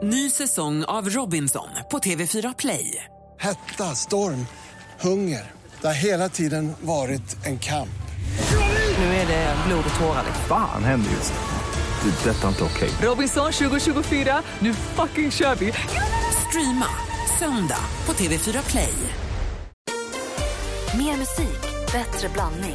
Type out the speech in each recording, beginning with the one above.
Ny säsong av Robinson på TV4 Play. Hetta, storm, hunger. Det har hela tiden varit en kamp. Nu är det blod och tårar. Fan händer just nu. Det. Detta är inte okej. Robinson 2024, nu fucking kör vi. Streama söndag på TV4 Play. Mer musik, bättre blandning.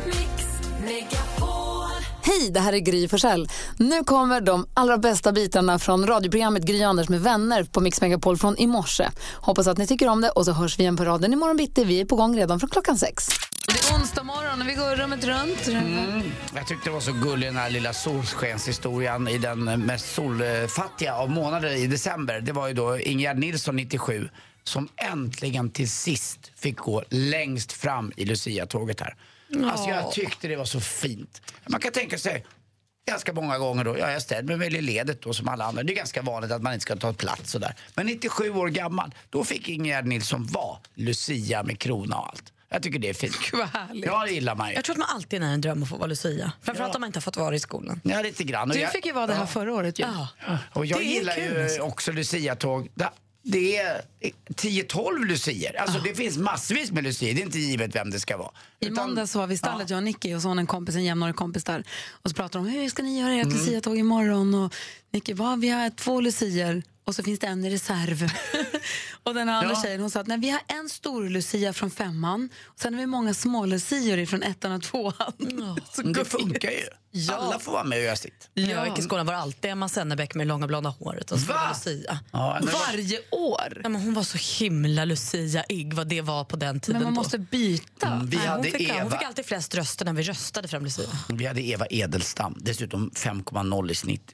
Hej, det här är Gry Forssell. Nu kommer de allra bästa bitarna från radioprogrammet Gry Anders med vänner på Mix Megapol från i morse. Hoppas att ni tycker om det och så hörs vi igen på raden imorgon bitti. Vi är på gång redan från klockan 6. Det är onsdag morgon och vi går rummet runt. Jag tyckte det var så gullig den här lilla solskenshistorien i den mest solfattiga av månader i december. Det var ju då Ingegerd Nilsson 97 som äntligen till sist fick gå längst fram i Lucia-tåget här. Alltså jag tyckte det var så fint. Man kan tänka sig ganska många gånger då, jag ställde mig väl i ledet då som alla andra. Det är ganska vanligt att man inte ska ta plats och där. Men 97 år gammal, då fick Ingegerd Nilsson vara Lucia med krona och allt. Jag tycker det är fint. Vad härligt. Ja, det gillar man ju. Jag tror att man alltid är en dröm att få vara Lucia. Framförallt om man inte har fått vara i skolan. Ja, lite grann. Du fick ju vara det här förra året ju. Ja. Och jag gillar kul, ju alltså. också Lucia-tåg. Det är 10-12 lucier. Alltså det finns massvis med lucier. Det är inte givet vem det ska vara. I måndag så var vi i stallet, jag och Nicky, och så en kompis, en jämnårig kompis där. Och så pratade de om, hur ska ni göra ert Lucia-tåg imorgon? Och Nicky, vi har 2 lucier och så finns det en i reserv. Och den andra tjejen, hon sa att nej, vi har en stor lucia från 5:an. Och sen har vi många små lucier från 1:an och 2:an. Så det funkar ju. Ja. Alla får vara med och göra sitt. Jag gick i skolan var alltid Emma Sennebäck med långa blonda håret. Och så var Lucia. Ja, Varje år. Ja, men hon var så himla Lucia-ig vad det var på den tiden. Men man då. måste byta. Vi Nej, hade hon fick alltid flest röster när vi röstade fram Lucia. Vi hade Eva Edelstam. Dessutom 5,0 i snitt.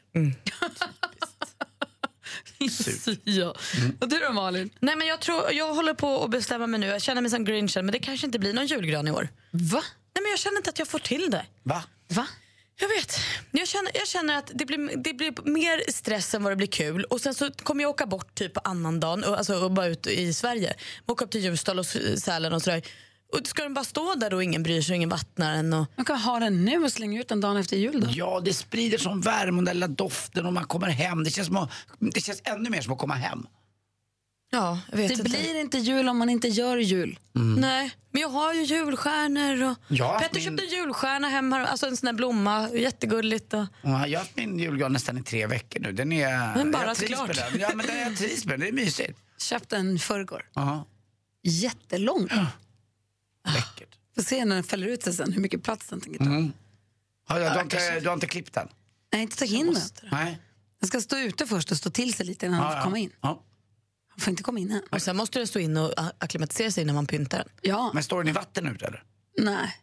Ja. Och du då, Malin? Nej, men jag håller på att bestämma mig nu. Jag känner mig som Grinchen, men det kanske inte blir någon julgran i år. Va? Nej, men jag känner inte att jag får till det. Va? Jag vet. Jag känner att det blir mer stress än vad det blir kul. Och sen så kommer jag åka bort typ på annan dagen, och bara ut i Sverige. Åka upp till Ljusdal och Sälen och sådär. Och ska den bara stå där och ingen bryr sig och ingen vattnar den? Och... Man kan ha den nu och slänga ut den dagen efter jul då. Ja, det sprider som värme och den lilla doften och man kommer hem. Det känns ännu mer som att komma hem. Ja, jag vet det inte. blir inte jul om man inte gör jul. Nej, men jag har ju julstjärnor och Petter köpte en julstjärna hem här, alltså en sån där blomma, jättegulligt och... Ja, jag har haft min julgran nästan i 3 veckor nu. Den är... Men bara jag trivs klart. med den. Ja, men jag trivs med den. Det är mysigt. Köpte en förrgår. Ja. Jättelång. Läckert. Får se när den fäller ut sig sen hur mycket plats den tänker ta. Du har inte klippt den? Nej, inte tagit in den. Nej. Den ska stå ute först och stå till sig lite innan den får komma in. Ja. Han får inte komma in än. Och sen måste det stå in och akklimatisera sig när man pyntar den. Ja. Men står den i vatten ute eller? Nej.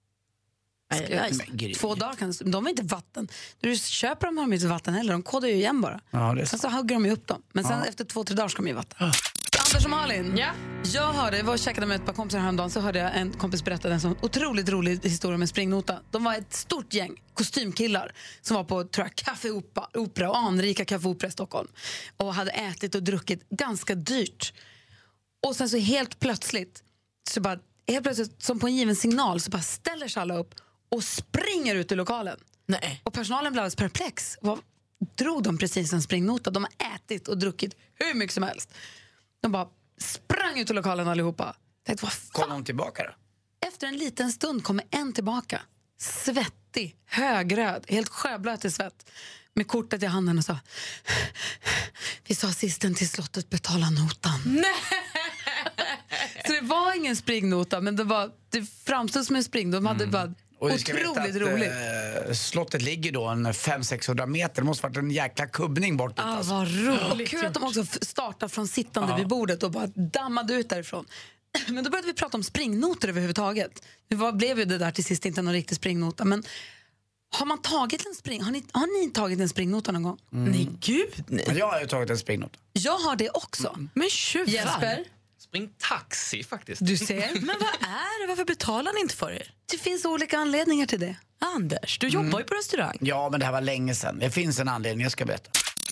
Men 2 dagar kan de är inte vatten. När du köper dem har de inte vatten heller. De kodar ju igen bara. Ja, det är sen så hugger de ju upp dem. Men sen efter 2-3 dagar ska de ju vatten. Anders och Malin. Ja. Jag var och käkade med ett par kompisar häromdagen, så hörde jag en kompis berätta en sån otroligt rolig historia med springnota. De var ett stort gäng kostymkillar som var på, tror jag, Café Opera och anrika Café Opera i Stockholm. Och hade ätit och druckit ganska dyrt. Och sen så helt plötsligt, som på en given signal, så bara ställer sig alla upp och springer ut ur lokalen. Nej. Och personalen blev alldeles perplex. Vad drog de precis en springnota? De har ätit och druckit hur mycket som helst. De bara sprang ut ur lokalen allihopa. Tänkte, vad fan? Kom de tillbaka då? Efter en liten stund kommer en tillbaka. Svettig, högröd, helt sjöblöt i svett. Med kortet i handen och sa: vi sa assisten till slottet betala notan. Nej. Så det var ingen springnota, men det framstod som en springnota. De hade bara otroligt roligt. Slottet ligger då en 500-600 meter. Det måste varit en jäkla kubbning bort dit. Alltså. Vad roligt. Kul att de också startade från sittande vid bordet och bara dammade ut därifrån. Men då började vi prata om springnoter överhuvudtaget. Nu blev ju det där till sist inte någon riktig springnota. Men har man tagit en har ni tagit en springnota någon gång? Nej, gud nej. Jag har ju tagit en springnota. Jag har det också. Men tjuvar. Jesper? Springtaxi faktiskt. Du ser. Men vad är det? Varför betalar ni inte för er? Det finns olika anledningar till det. Anders, du jobbar ju på restaurang. Ja, men det här var länge sedan. Det finns en anledning, jag ska berätta.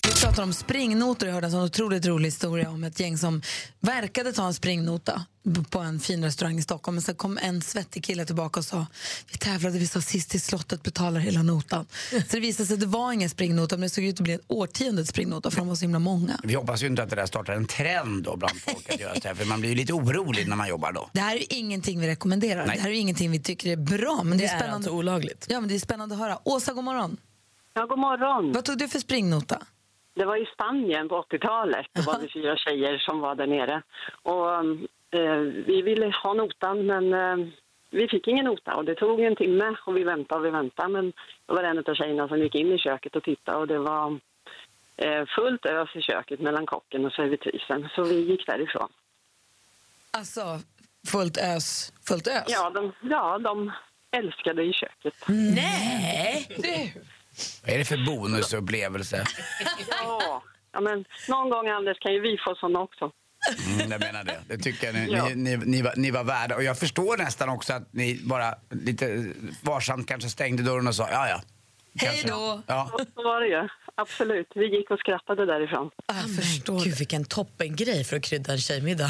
Vi pratar om springnotor. Jag hörde en sån otroligt rolig historia om ett gäng som verkade ta en springnota på en fin restaurang i Stockholm. Men sen kom en svettig kille tillbaka och sa vi sa sist till slottet betalar hela notan. Så det visade sig att det var ingen springnota, men det såg ut att bli en årtiondets springnota för de var så himla många. Vi hoppas ju inte att det där startar en trend då bland folk att göra det, för man blir ju lite orolig när man jobbar då. Det här är ingenting vi rekommenderar. Nej. Det här är ingenting vi tycker är bra. Men det är spännande. Alltså olagligt. Ja, men det är spännande att höra. Åsa, god morgon. Ja, god morgon. Vad tog du för springnota? Det var i Spanien på 80-talet. Det var vi 4 tjejer som var där nere. Och vi ville ha notan, men vi fick ingen nota. Och det tog en timme och vi väntade. Men det var en av tjejerna som gick in i köket och tittade. Och det var fullt ös i köket mellan kocken och servitrisen. Så vi gick därifrån. Alltså, fullt ös? Ja, de älskade i köket. Nej! Vad är det för bonusupplevelse? Ja, men någon gång, Anders, kan ju vi få såna också. Jag menar det. Det tycker jag ni var värda. Och jag förstår nästan också att ni bara lite varsamt kanske stängde dörren och sa ja. Hej då! Ja. Så var det ju. Absolut. Vi gick och skrattade därifrån. Jag förstår. Gud, vilken toppengrej för att krydda en tjejmiddag.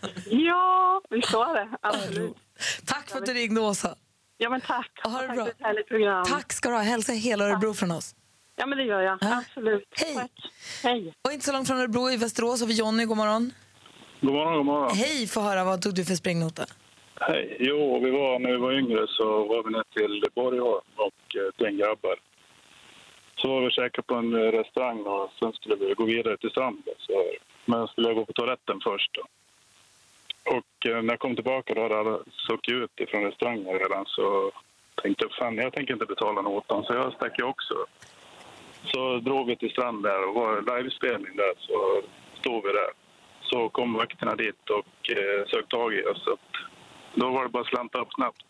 Ja, vi sa det. Absolut. Tack för att du ringde, Åsa. Ja, men tack. Ha det Tack bra. för ett härligt program. Tack ska du ha. Hälsa hela Örebro från oss. Ja, men det gör jag. Ja. Absolut. Hej. Tack. Hej. Och inte så långt från Örebro, i Västerås har vi Jonny. God morgon. God morgon. Hej, få höra. Vad tog du för springnota? Hej. Jo, när vi var yngre så var vi ner till Borgholm och den grabbar. Så var vi käkade på en restaurang och sen skulle vi gå vidare till stranden. Men skulle jag gå på toaletten först då. Och när jag kom tillbaka då hade alla stuckit ut ifrån restaurangen redan, så tänkte jag, jag tänker inte betala notan, så jag stack ju också. Så drog vi till stranden där och var livespelning där, så stod vi där. Så kom vakterna dit och sökte tag i oss, så då var det bara att slanta upp snabbt.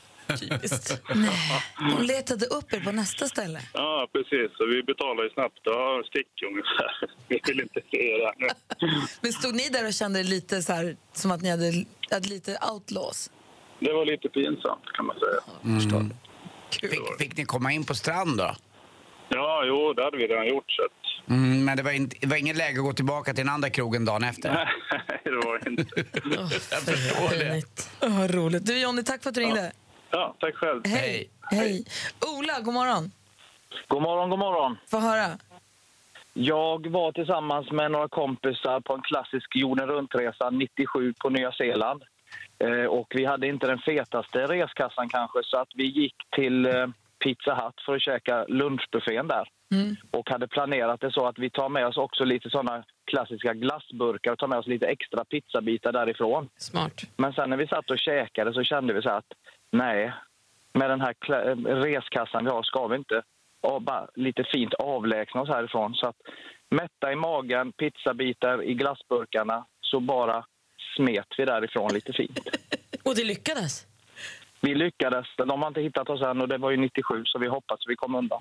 Nej, de letade upp er på nästa ställe. Ja, precis. Så vi betalade snabbt. Ja, stick ungefär. Vi vill inte se det. Men stod ni där och kände lite så här, som att ni hade lite outlaws? Det var lite pinsamt, kan man säga. Fick ni komma in på strand då? Ja, jo, det hade vi redan gjort. Så att... men det var ingen läge att gå tillbaka till den andra krogen dagen efter? Nej, det var inte. Jag förstår det. Vad roligt. Du, Jonny, tack för att du ringde. Ja, tack själv. Hej. Ola, god morgon. God morgon. Få höra. Jag var tillsammans med några kompisar på en klassisk jorden runtresa 97 på Nya Zeeland. Och vi hade inte den fetaste reskassan kanske, så att vi gick till Pizza Hut för att käka lunchbuffén där. Och hade planerat det så att vi tar med oss också lite sådana klassiska glassburkar och tar med oss lite extra pizzabitar därifrån. Smart. Men sen när vi satt och käkade så kände vi så att nej, med den här reskassan vi har ska vi inte bara lite fint avlägsna oss härifrån. Så att mätta i magen, pizzabitar i glassburkarna, så bara smet vi därifrån lite fint. Och det lyckades? Vi lyckades. De har inte hittat oss än och det var ju 97, så vi hoppas att vi kom undan.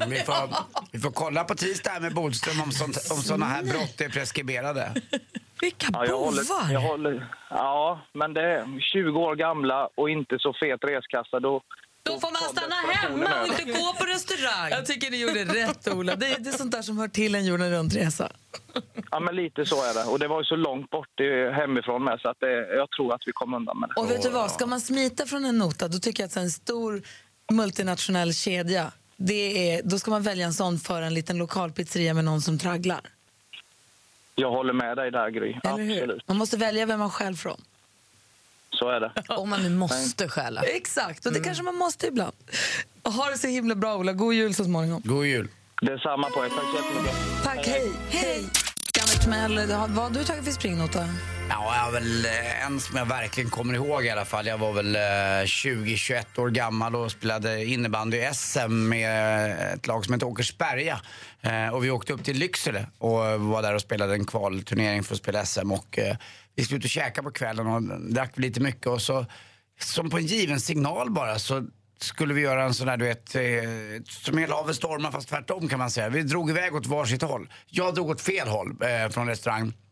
Vi får kolla på tisdag med Bodström om sådana här brott är preskriberade. Vilka bovar! Ja, men det är 20 år gamla och inte så fet reskassa. Då får man stanna hemma och inte gå på restaurang. Jag tycker ni gjorde rätt, Ola. Det är sånt där som hör till en jorden runtresa. Ja, men lite så är det. Och det var ju så långt bort hemifrån med, så att jag tror att vi kom undan med det. Och vet du vad, ska man smita från en nota, då tycker jag att en stor multinationell kedja, då ska man välja en sån för en liten lokal pizzeria med någon som tragglar. Jag håller med dig där, Gry. Eller hur? Absolut. Man måste välja vem man själv från. Så är det. Om man nu måste stjäla. Exakt, och det kanske man måste ibland. Ha det så himla bra, Ola. God jul så småningom. God jul. Det är samma på er. Tack så jättemycket. Tack, hej. Janne Kmell, vad har du tagit för springnota? Ja, jag har väl en som jag verkligen kommer ihåg i alla fall. Jag var väl 20-21 år gammal och spelade innebandy i SM med ett lag som heter Åkersberga. Och vi åkte upp till Lycksele och var där och spelade en kvalturnering för att spela SM. Och vi skulle ut och käka på kvällen och drack lite mycket. Och så, som på en given signal bara, så skulle vi göra en sån där, du vet, som hela havet stormar fast tvärtom kan man säga. Vi drog iväg åt varsitt håll. Jag drog åt fel håll från restaurang.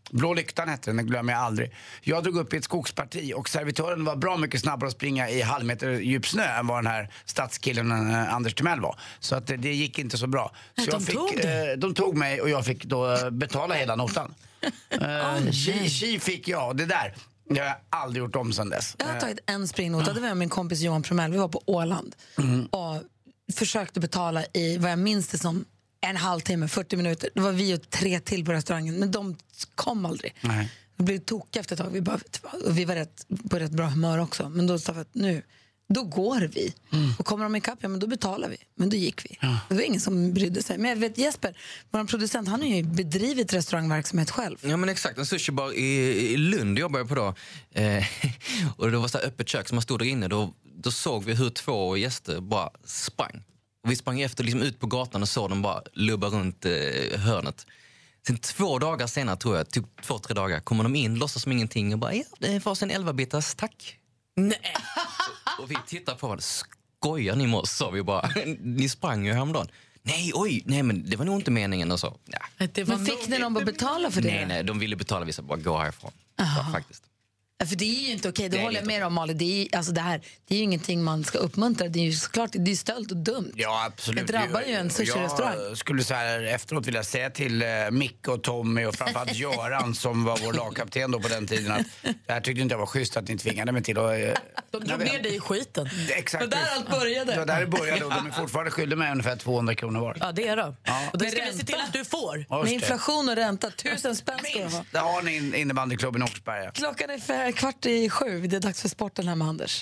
Blå lyktan hette den glömmer jag aldrig. Jag drog upp i ett skogsparti och servitören var bra mycket snabbare att springa i halvmeter djup snö än vad den här stadskillen Anders Timell var. Så att det gick inte så bra. Så de tog mig och jag fick då betala hela notan. Tji fick jag, det där. Jag har aldrig gjort om sedan dess. Jag har tagit en springnota, det var min kompis Johan Promell. Vi var på Åland och försökte betala i vad jag minns det som en halvtimme, 40 minuter. Det var vi och 3 till på restaurangen, men de kom aldrig. Nej. Vi blev tokiga efter ett tag. Vi var på rätt bra humör också. Men då sa vi att då går vi. Och kommer de ikapp, men då betalar vi. Men då gick vi. Ja. Det var ingen som brydde sig. Men jag vet Jesper, vår producent, han har ju bedrivit restaurangverksamhet själv. Ja men exakt, en sushibar i Lund jobbade jag på då. Och det var så här öppet kök som man stod där inne. Då såg vi hur 2 gäster bara sprang. Och vi sprang efter liksom ut på gatan och såg dem bara lubba runt hörnet. Sen 2 dagar senare tror jag, typ 2-3 dagar, kommer de in, låtsas som ingenting och bara, ja, det var en 11-bitars, tack. Nej. Och vi tittar på vad skojar ni med oss, sa vi bara. Ni sprang ju häromdagen. Nej, men det var nog inte meningen och så. Ja. Men fick ni dem att betala för det? Nej, de ville betala, vi sa bara gå härifrån. Ja, faktiskt. Ja, för det är ju inte okej, det håller jag med om, Malin. Det är ju ingenting man ska uppmuntra. Det är ju såklart, det är stöld och dumt. Ja, absolut. Det drabbar ju en sushi-restaurang. Jag skulle så här efteråt vilja säga till Micke och Tommy och framförallt Göran som var vår lagkapten då på den tiden att det här tyckte inte jag var schysst att ni tvingade mig till. Och, de drog ner dig i skiten. Exakt. Och där allt började. Ja, där började och de är fortfarande skyldiga mig ungefär 200 kronor var. Ja, det är de. Ja. Och det ska vi se till att du får. Med inflation och ränta, 1000 spänn ska det vara. Det har ni innebandyklubben i Åkersberga. Klockan är 6:15. Det är dags för sporten här med Anders.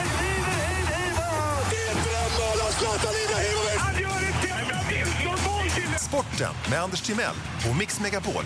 Sporten med Anders Timell och Mix Megapol.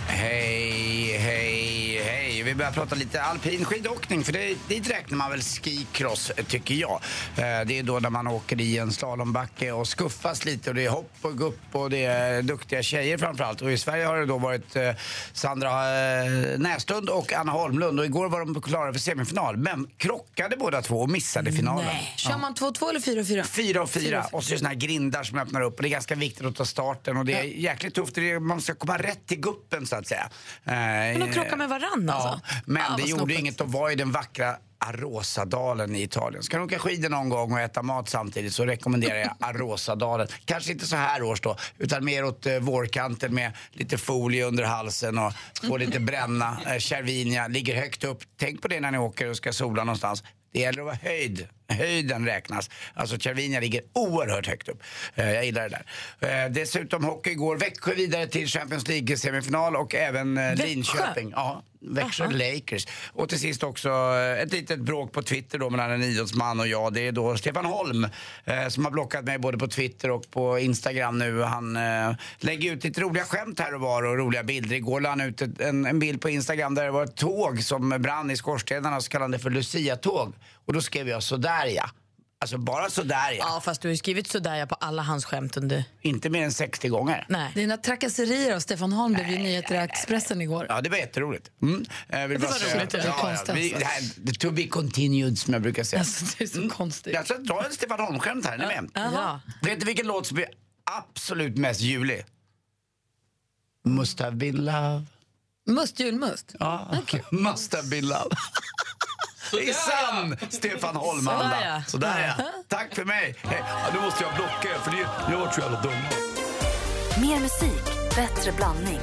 Hej. Vi börjar prata lite alpin skidåkning, för dit räknar man väl skicross, tycker jag. Det är då när man åker i en slalombacke och skuffas lite och det är hopp och gupp och det är duktiga tjejer framförallt. Och i Sverige har det då varit Sandra Näslund och Anna Holmlund och igår var de klara för semifinal, men krockade båda två och missade finalen. Nej. Kör man 2-2 eller 4-4? 4-4 och så är det såna här grindar som öppnar upp och det är ganska viktigt att ta starten och det är jäkligt tufft. Man ska komma rätt till guppen så att säga. Men de krockar med varann alltså? Men det gjorde inget att vara i den vackra Arosadalen i Italien. Ska du åka skidor någon gång och äta mat samtidigt så rekommenderar jag Arosadalen. Kanske inte så här års då, utan mer åt vårkanten med lite folie under halsen och få lite bränna. Cervinia ligger högt upp. Tänk på det när ni åker och ska sola någonstans. Det gäller att vara höjden räknas. Alltså Cervinia ligger oerhört högt upp. Jag gillar det där. Dessutom hockey igår. Växjö vidare till Champions League-semifinal och även Linköping. Ja, Växjö Lakers. Och till sist också ett litet bråk på Twitter då mellan en idrottsman och jag. Det är då Stefan Holm som har blockat mig både på Twitter och på Instagram nu. Han lägger ut lite roliga skämt här och var och roliga bilder. Igår la han ut en bild på Instagram där det var ett tåg som brann i skorstenarna, så kallade det för Lucia-tåg. Och då skrev jag sådär ja. Alltså bara sådär ja. Ja, fast du har ju skrivit sådär ja på alla hans skämt under... Inte mer än 60 gånger. Nej. Dina trakasserier av Stefan Holm blev ju nyheter i Expressen igår. Ja, det var jätteroligt. Det var roligt. Det här, to be continued som jag brukar säga. Alltså, det är så konstigt. Jag ska dra en Stefan Holm-skämt här, ni med. Ja. Vet du vilken låt som är absolut mest julig? Must have been love. Julmust? Ja, okay. Must have been love. Det är sann Stefan Holm-anda. Sådär ja. Tack för mig. Hey, nu måste jag blocka er för jag var så jävla dum. Mer musik, bättre blandning.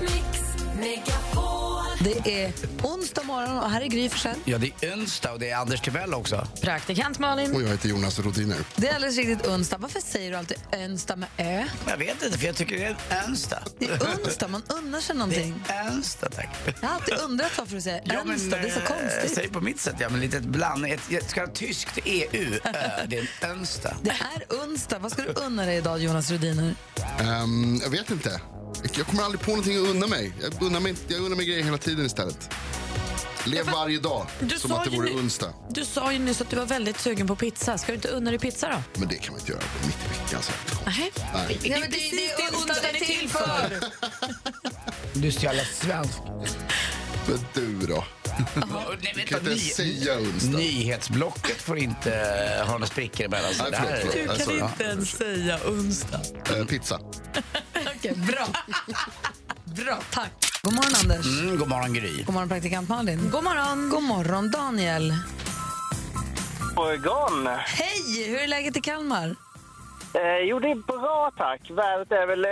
Det är onsdag morgon och här är Gry Forssell. Ja, det är onsdag och det är Anders Timell också. Praktikant Malin. Och jag heter Jonas Rodiner. Det är alldeles riktigt onsdag. Varför säger du alltid onsdag med ö? Jag vet inte, för jag tycker det är onsdag. Det är onsdag, man unnar sig någonting. Det är onsdag, tack. Jag har alltid undrat varför du säger onsdag, det är så konstigt. Säg på mitt sätt, ja, men lite blandning. Ett ska tyskt EU, det är en onsdag. Det är onsdag. Vad ska du unna dig idag, Jonas Rodiner? Jag vet inte. Jag kommer aldrig på någonting att unna mig. Jag unnar mig grejer hela tiden istället. Lev varje dag som att det vore onsdag. Du sa ju nyss att du var väldigt sugen på pizza. Ska du inte unna dig pizza då? Men det kan man inte göra mitt i veckan. Nej. Ja, men det är onsdagen är till för. Du är så jävla svensk. Men du då? Nej, kan inte säga onsdag. Nyhetsblocket får inte ha några sprickor emellan. Du kan inte ens säga onsdag. Pizza. Okej, bra. Bra, tack. God morgon, Anders. God morgon, Gry. God morgon, praktikant Malin. God morgon. God morgon, Daniel. Morgon. Hej, hur är läget i Kalmar? Jo, det är bra, tack. Vädret är väl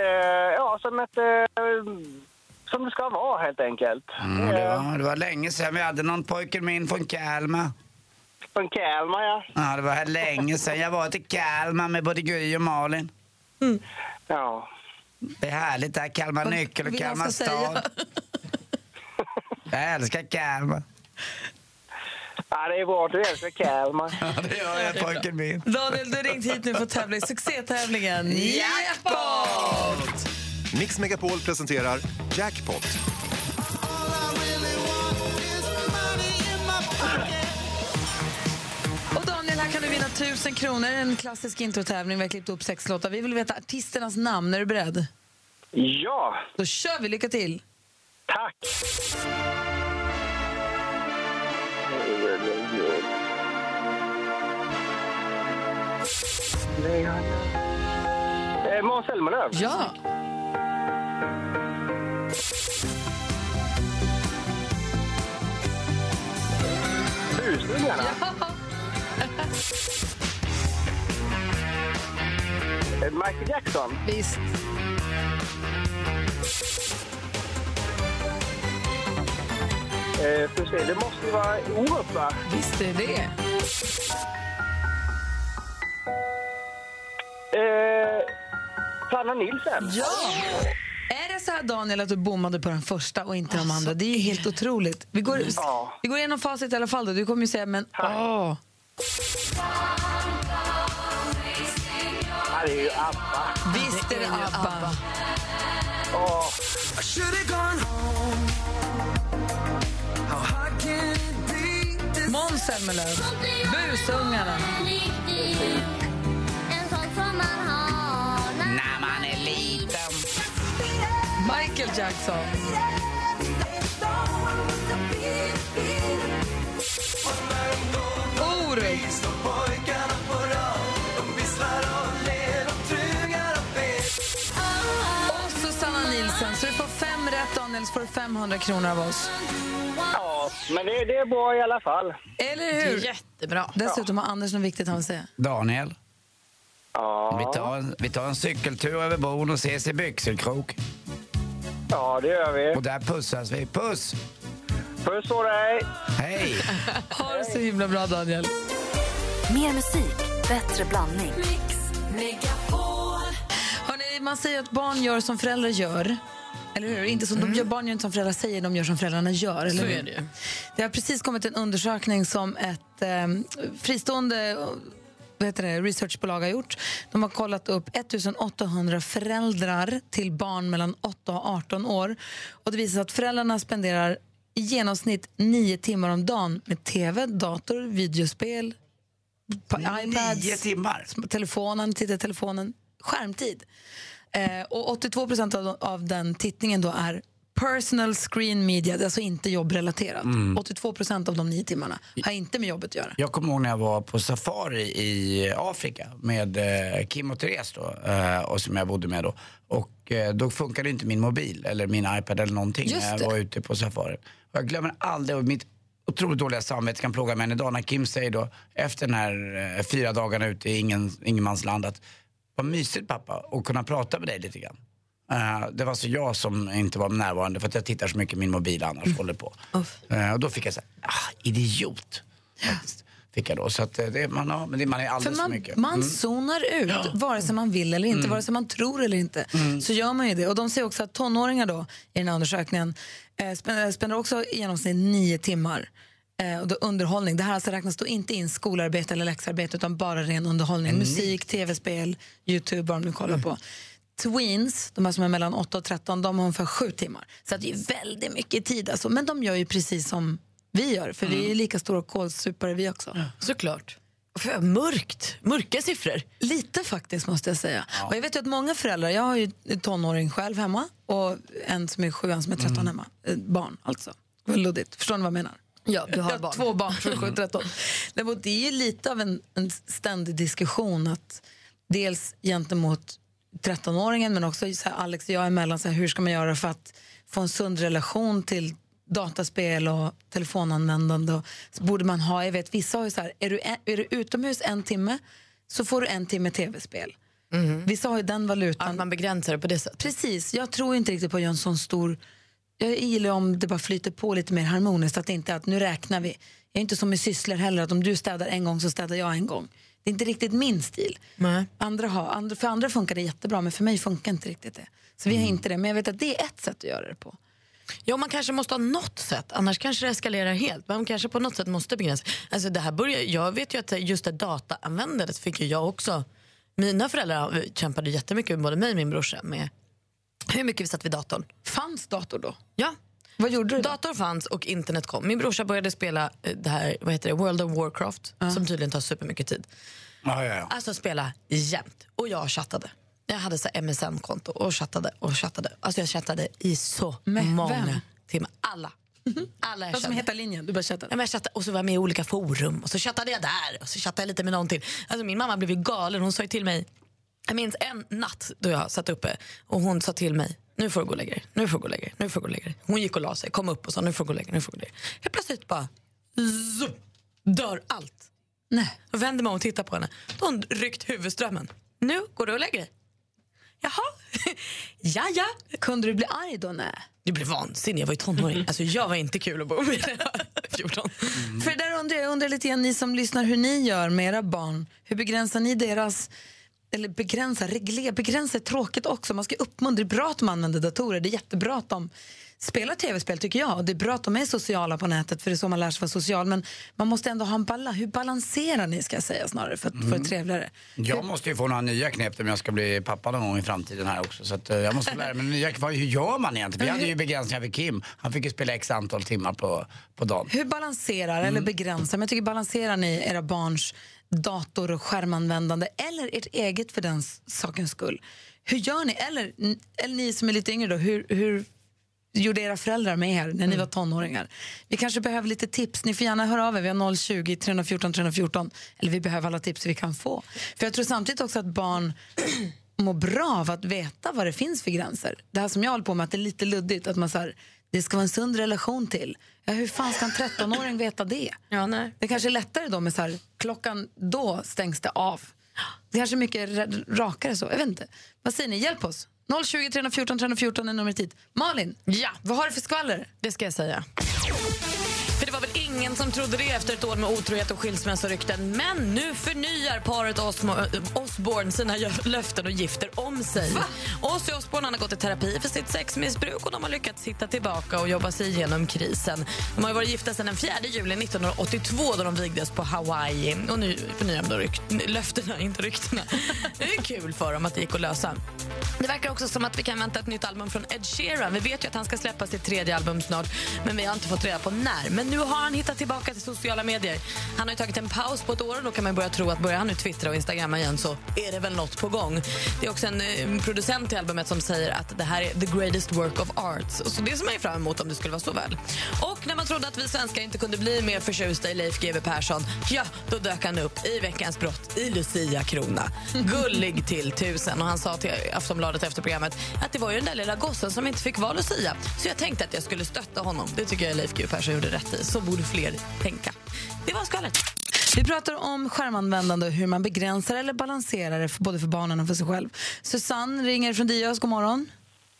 som det ska vara, helt enkelt. Det var länge sedan vi hade någon pojke min från Kalmar. Från Kalmar, ja. Ja, det var länge sedan jag var till Kalmar med både Gry och Malin. Ja. Det är härligt det här, Kalmar Nyckel och Kalmar stad. Jag älskar Kalmar. Ja, det är bra att du älskar Kalmar. Ja, det gör jag, pojken min. Daniel, du har ringt hit nu för att tävla i succétävlingen Jackpot! Mix Megapol presenterar Jackpot. Och Daniel, här kan du vinna 1000 kronor. En klassisk introtävling. Vi har klippt upp 6 låtar. Vi vill veta artisternas namn. Är du beredd? Ja. Då kör vi. Lycka till. Tack. Måns Zelmerlöw. Ja. Busningarna. Ja. Michael Jackson. Visst. Det måste ju vara Orup, va? Visst är det. Sanna Nilsson. Ja! Är det så här, Daniel, att du bommade på den första och inte de andra? Det är ju helt otroligt. Vi går igenom facit i alla fall då. Du kommer ju säga, men Ja, det är ju ABBA. Visst är det ABBA. Måns Zelmerlöw. Busungarna. När man är liten. Michael Jackson. Orup. Och Susanna Nilsson. Så du får 5 rätt, Daniel, så får du 500 kronor av oss. Ja, men det är bra i alla fall. Eller hur? Det är jättebra. Dessutom har Anders något viktigt han vill säga. Daniel. Ja. Vi tar en cykeltur över bron och ses i Byxelkrok. Ja, det gör vi. Och där pussas vi. Puss! Puss på dig. Hej! Ha det så himla bra, Daniel. Mer musik, bättre blandning. Hörrni, man säger att barn gör som föräldrar gör. Eller hur? Inte som barn gör inte som föräldrar säger, de gör som föräldrarna gör. Eller Så hur? är det ju. Det har precis kommit en undersökning som ett fristående researchbolag har gjort. De har kollat upp 1800 föräldrar till barn mellan 8 och 18 år. Och det visar sig att föräldrarna spenderar i genomsnitt 9 timmar om dagen med tv, dator, videospel, iPads, 9 timmar? telefonen, skärmtid. Och 82% av den tittningen då är personal screen media, det är alltså inte jobbrelaterat. 82% av de 9 timmarna har inte med jobbet att göra. Jag kommer ihåg när jag var på safari i Afrika med Kim och Therese då, och som jag bodde med då. Och då funkade inte min mobil eller min iPad eller någonting när jag var ute på safari. Och jag glömmer aldrig, och mitt otroligt dåliga samvete kan plåga mig än idag när Kim säger då efter den här 4 dagarna ute i ingenmansland att vad mysigt, pappa, att kunna prata med dig lite grann. Det var så jag som inte var närvarande för att jag tittar så mycket min mobil annars håller på. Och då fick jag säga, idiot. Faktiskt, fick jag då. Så att man är alldeles för mycket. Man zonar ut, vare sig man vill eller inte, vare sig man tror eller inte. Så gör man ju det. Och de säger också att tonåringar då, i den här undersökningen, spenderar också i genomsnitt 9 timmar. Och då underhållning. Det här alltså räknas då inte in skolarbete eller läxarbete utan bara ren underhållning. Musik, tv-spel, YouTube, vad de kollar på. Tweens, de här som är mellan 8 och 13, de har ungefär 7 timmar. Så att det är väldigt mycket tid alltså. Men de gör ju precis som vi gör. För vi är lika stora kolsupare vi också. Såklart. Mörka siffror. Lite faktiskt måste jag säga. Och jag vet ju att många föräldrar, jag har ju en tonåring själv hemma och en som är 7, en som är 13 hemma. Barn alltså. Det var luddigt. Förstår ni vad jag menar? Ja, du har jag barn. 2 barn från 7 13. Det är ju lite av en ständig diskussion att dels gentemot 13-åringen men också så här, Alex och jag emellan så här, hur ska man göra för att få en sund relation till dataspel och telefonanvändande. Och så borde man ha, jag vet, vissa har ju så här, är du utomhus 1 timme så får du 1 timme tv-spel. Vissa har ju den valutan. Att man begränsar det på det sättet. Precis, jag tror inte riktigt på att göra en sån stor... Jag gillar om det bara flyter på lite mer harmoniskt, att det inte är att nu räknar vi. Jag är inte som med sysslor heller, att om du städar en gång så städar jag en gång. Det är inte riktigt min stil. För andra funkar det jättebra, men för mig funkar inte riktigt det. Så vi har inte det, men jag vet att det är ett sätt att göra det på. Ja, man kanske måste ha något sätt, annars kanske det eskalerar helt. Man kanske på något sätt måste begränsa. Alltså det här jag vet ju att just det dataanvändandet fick ju jag också. Mina föräldrar kämpade jättemycket, både mig och min brorsa, med hur mycket vi satt vid datorn. Fanns dator då? Ja. Vad gjorde du då? Dator fanns och internet kom. Min brorsa började spela det här, vad heter det, World of Warcraft, som tydligen tar supermycket tid. Ja. Alltså spela jämt. Och jag chattade. Jag hade så MSN-konto och chattade. Alltså jag chattade i så många timmar. Alla jag kände. Som heter linjen, du bara chattade. Ja, men jag chattade. Och så var jag med i olika forum. Och så chattade jag där. Och så chattade jag lite med någon till. Alltså min mamma blev ju galen. Hon sa ju till mig, jag minns en natt då jag satt uppe. Och hon sa till mig, nu får du gå och lägga dig. Nu får du gå och lägga dig. Nu får du gå och lägga dig. Hon gick och la sig, kom upp och sa, nu får du gå och lägga dig. Nu får du gå och lägga dig. Helt plötsligt bara, dör allt. Nej. Och vänder mig om och tittar på henne. Då har hon ryckt huvudströmmen. Nu går du och lägger dig. Jaha, ja. Kunde du bli arg då? Nej. Du blev vansinnig, jag var ju tonåring. Alltså jag var inte kul att bo med när jag var 14. För där jag undrar lite grann, ni som lyssnar, hur ni gör med era barn. Hur begränsar ni deras... Eller begränsa är tråkigt också. Man ska uppmuntra, det är bra att de använder datorer. Det är jättebra att de spelar tv-spel, tycker jag. Och det är bra att de är sociala på nätet, för det är så man lär sig vara social. Men man måste ändå ha en balans. Hur balanserar ni, ska jag säga snarare, för det trevligare? Jag måste ju få några nya knep om jag ska bli pappa någon gång i framtiden här också. Så att jag måste lära mig nya knep. Hur gör man egentligen? Vi hade ju begränsningar för Kim. Han fick ju spela x antal timmar på dagen. Hur balanserar eller begränsar? Men jag tycker, balanserar ni era barns dator- och skärmanvändande eller ert eget för den sakens skull? Hur gör ni? Eller ni som är lite yngre då, hur gjorde era föräldrar med er när ni var tonåringar? Vi kanske behöver lite tips. Ni får gärna höra av er. Vi har 020-314-314. Eller vi behöver alla tips vi kan få. För jag tror samtidigt också att barn mår bra av att veta vad det finns för gränser. Det här som jag håller på med, att det är lite luddigt. Att man så här, det ska vara en sund relation till. Ja, hur fan ska en 13-åring veta det? Ja, nej. Det kanske är lättare då med så här, klockan då stängs det av. Det kanske är mycket rakare så. Jag vet inte. Vad säger ni? Hjälp oss. 020-314-314 är numret hit. Malin, ja, vad har du för skvaller? Det ska jag säga. För det var väl ingen som trodde det efter ett år med otrohet och skilsmässorykten. Men nu förnyar paret Osbourne sina löften och gifter om sig. Ozzy Osbourne har gått i terapi för sitt sexmissbruk och de har lyckats hitta tillbaka och jobba sig igenom krisen. De har ju varit gifta sedan den 4 juli 1982 då de vigdes på Hawaii. Och nu förnyar de löftena, inte ryktena. Det är kul för dem att det gick att lösa. Det verkar också som att vi kan vänta ett nytt album från Ed Sheeran. Vi vet ju att han ska släppa sitt 3:e album snart, men vi har inte fått reda på när. Men nu har han hittat tillbaka till sociala medier. Han har ju tagit en paus på ett år och då kan man börja tro att börjar han nu twittra och instagramma igen så är det väl något på gång. Det är också en producent till albumet som säger att det här är the greatest work of art. Så det ser man ju fram emot om det skulle vara så väl. Och när man trodde att vi svenskar inte kunde bli mer förtjusta i Leif GW Persson, ja, då dök han upp i Veckans brott i Lucia-krona. Gullig till 1000. Och han sa till Aftonbladet efter programmet att det var ju den där lilla gossen som inte fick vara Lucia. Så jag tänkte att jag skulle stötta honom. Det tycker jag Leif GW Persson gjorde rätt i. Så borde fler tänka. Det var skvallret. Vi pratar om skärmanvändande och hur man begränsar eller balanserar det både för barnen och för sig själv. Susanne ringer från Dios. God morgon.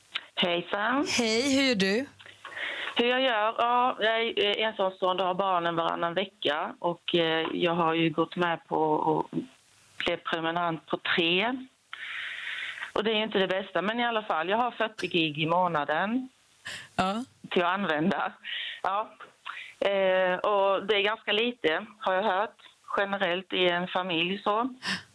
Hejsan. Hej, hur gör du? Hur jag gör? Ja, jag är ensamstående och har barnen varannan vecka. Och jag har ju gått med på att bli prenumerant på 3. Och det är ju inte det bästa, men i alla fall, jag har 40 gig i månaden till att använda. Ja. Och det är ganska lite, har jag hört, generellt i en familj så.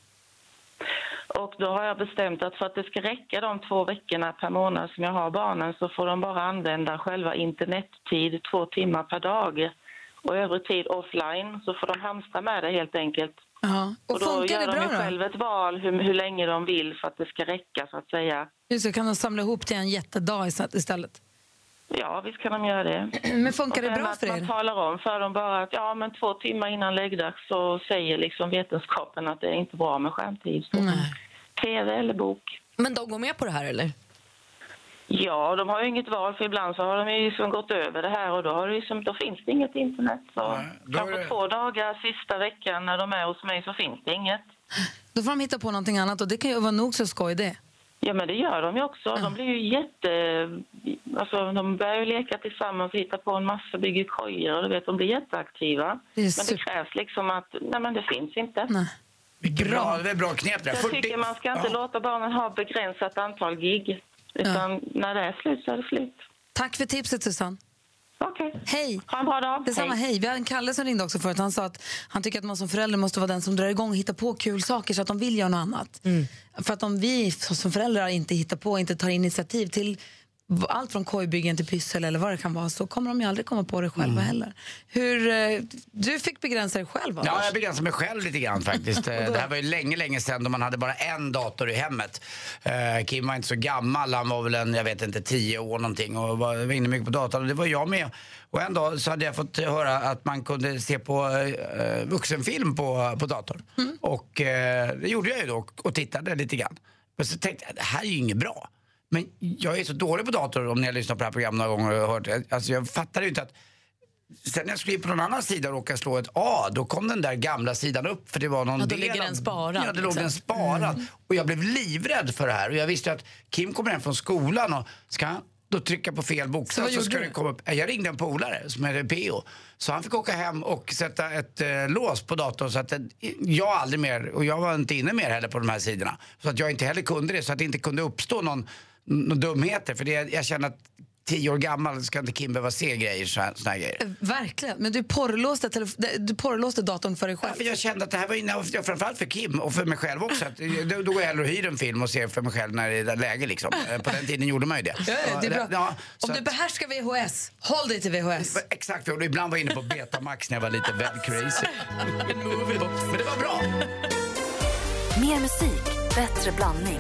Och då har jag bestämt att för att det ska räcka de 2 veckorna per månad som jag har barnen så får de bara använda själva internettid 2 timmar per dag. Och övrig tid offline så får de hamstra med det helt enkelt. Ja. Och då funkar gör det de bra ju då? själv ett val hur länge de vill för att det ska räcka så att säga. Just det, kan de samla ihop till en jättedag istället? Ja, visst kan de göra det. Men funkar det bra för er? Man talar om för dem bara att 2 timmar innan läggdags så säger liksom vetenskapen att det är inte bra med skärmtid. TV eller bok. Men de går med på det här eller? Ja, de har ju inget val, för ibland så har de ju liksom gått över det här och då finns det inget internet. Så kanske 2 dagar sista veckan när de är hos mig så finns det inget. Då får de hitta på någonting annat och det kan ju vara nog så skoj det. Ja, men det gör de ju också. Ja. De blir ju alltså de börjar ju leka tillsammans och hitta på en massa, bygger kojor och du vet, de blir jätteaktiva. Men det krävs liksom att, nej men det finns inte. Nej. Bra, det är bra knep där. Jag tycker man ska inte låta barnen ha begränsat antal gig. Utan när det är slut så är det slut. Tack för tipset, Susanne. Okej. Hej. Ha en bra dag. Detsamma, hej. Vi har en Kalle som ringde också förut. Han sa att han tycker att man som förälder måste vara den som drar igång och hittar på kul saker så att de vill göra något annat. För att om vi som föräldrar inte hittar på, inte tar initiativ till allt från kojbyggen till pyssel eller vad det kan vara, så kommer de ju aldrig komma på det själva heller. Du fick begränsa dig själv, Anders? Ja, jag begränsade mig själv lite grann faktiskt. Det här var ju länge sedan då man hade bara en dator i hemmet. Kim var inte så gammal, han var väl jag vet inte, 10 år någonting och var inne mycket på datorn. Och det var jag med. Och en dag så hade jag fått höra att man kunde se på vuxenfilm på datorn. Och det gjorde jag ju då och tittade lite grann. Men så tänkte jag, det här är ju inget bra. Men jag är så dålig på dator om ni har lyssnat på det här programmet några gånger och hört. Alltså jag fattar ju inte att sen när jag skulle in på någon annan sida och råkade slå ett A, då kom den där gamla sidan upp för det var någon då ligger den sparad. Ja, det låg den sparad. Och jag blev livrädd för det här och jag visste att Kim kommer hem från skolan och ska han då trycka på fel bokstav så ska det komma upp. Jag ringde en polare som heter P.O. Så han fick åka hem och sätta ett lås på datorn så att jag aldrig mer, och jag var inte inne mer heller på de här sidorna. Så att jag inte heller kunde det, så att det inte kunde uppstå någon dumheter. För jag känner att 10 år gammal ska inte Kim behöva se grejer, såna här grejer. Verkligen, men du porrlåste datorn för dig själv. Ja, för jag kände att det här var framförallt för Kim och för mig själv också. Att då går jag hellre och hyr en film och ser för mig själv när det är där läge liksom. På den tiden gjorde man ju det. Ja, det är bra. Ja, om du behärskar VHS, håll dig till VHS. Exakt, och ibland var jag inne på Betamax när jag var lite väl crazy. Men det var bra. Mer musik, bättre blandning.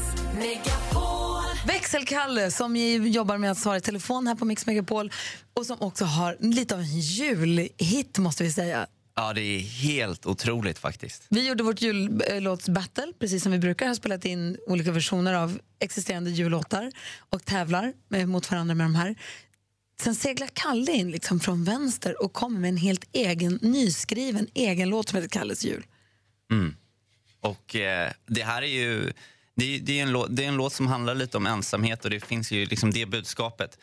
Växelkalle som jobbar med att svara i telefon här på Mix Megapol och som också har lite av en julhit måste vi säga. Ja, det är helt otroligt faktiskt. Vi gjorde vårt jullåtsbattle precis som vi brukar, har spelat in olika versioner av existerande jullåtar och tävlar mot varandra med de här. Sen seglar Kalle in liksom från vänster och kommer med en helt egen, nyskriven egen låt som heter Kalles jul. Och det här är ju det är en låt som handlar lite om ensamhet och det finns ju liksom det budskapet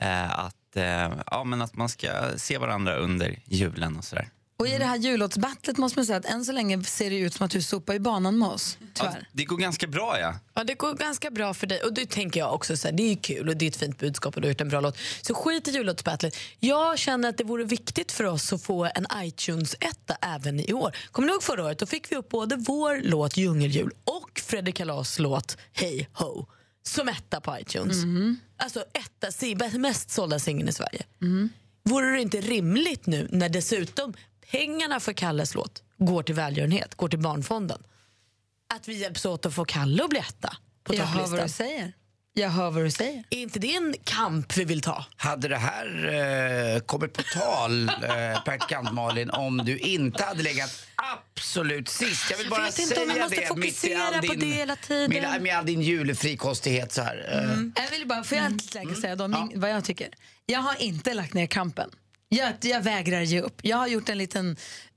att man ska se varandra under julen och sådär. Och i det här jullåtsbattlet måste man säga att än så länge ser det ut som att du sopar i banan med oss, tyvärr. Ja, det går ganska bra, ja. Ja, det går ganska bra för dig. Och det tänker jag också, så här, det är kul och det är ett fint budskap och du har gjort en bra låt. Så skit i jullåtsbattlet. Jag känner att det vore viktigt för oss att få en iTunes-etta även i år. Kommer ni ihåg förra året? Då fick vi upp både vår låt Djungeljul och Fredrik Kalas låt Hey Ho som etta på iTunes. Alltså mest sålda singeln i Sverige. Vore det inte rimligt nu när dessutom pengarna för Kalles låt går till välgörenhet, går till Barnfonden, att vi hjälps åt att få Kalle att bli etta på topplistan? Jag hör vad du säger. Är inte det en kamp vi vill ta? Hade det här kommit på tal, praktikant Malin, om du inte hade legat absolut sist? Jag vill bara säga det. Jag måste fokusera på det hela tiden. Med all din julfrikostighet så här. Jag vill bara, får jag säga då, vad jag tycker? Jag har inte lagt ner kampen. Jag vägrar ge upp. Jag har gjort en liten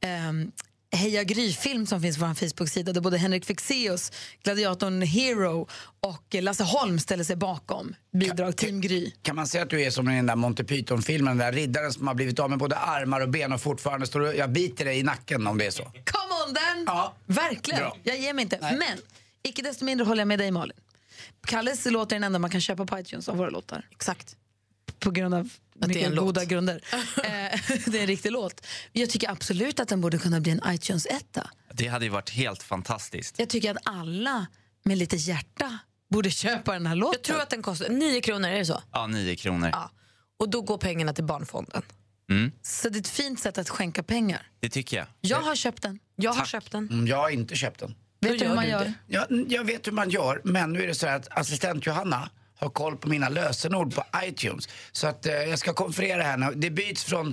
Heja Gry-film som finns på vår Facebook-sida där både Henrik Fexeus, gladiatorn Hero och Lasse Holm ställer sig bakom bidrag Team Gry. Kan man säga att du är som den där Monty Python-filmen, den där riddaren som har blivit av med både armar och ben och fortfarande står och jag biter dig i nacken om det är så? Come on then! Ja. Verkligen, Bra. jag ger mig inte. Nej. Men, icke desto mindre håller jag med dig, Malin. Kalles låt är den enda man kan köpa på iTunes av våra låtar. Exakt. På grund av att mycket det är en goda låt. grunder. Det är en riktig låt. Jag tycker absolut att den borde kunna bli en iTunes-etta. Det hade ju varit helt fantastiskt. Jag tycker att alla med lite hjärta borde köpa den här låten. Jag tror att den kostar 9 kronor, är det så? Ja, 9 kronor. Ja. Och då går pengarna till Barnfonden. Så det är ett fint sätt att skänka pengar. Det tycker jag. Jag har köpt den. Jag har köpt den. Jag har inte köpt den. Vet du hur man gör? Jag vet hur man gör, men nu är det så här att assistent Johanna har koll på mina lösenord på iTunes. Så att jag ska konferera här. Det byts från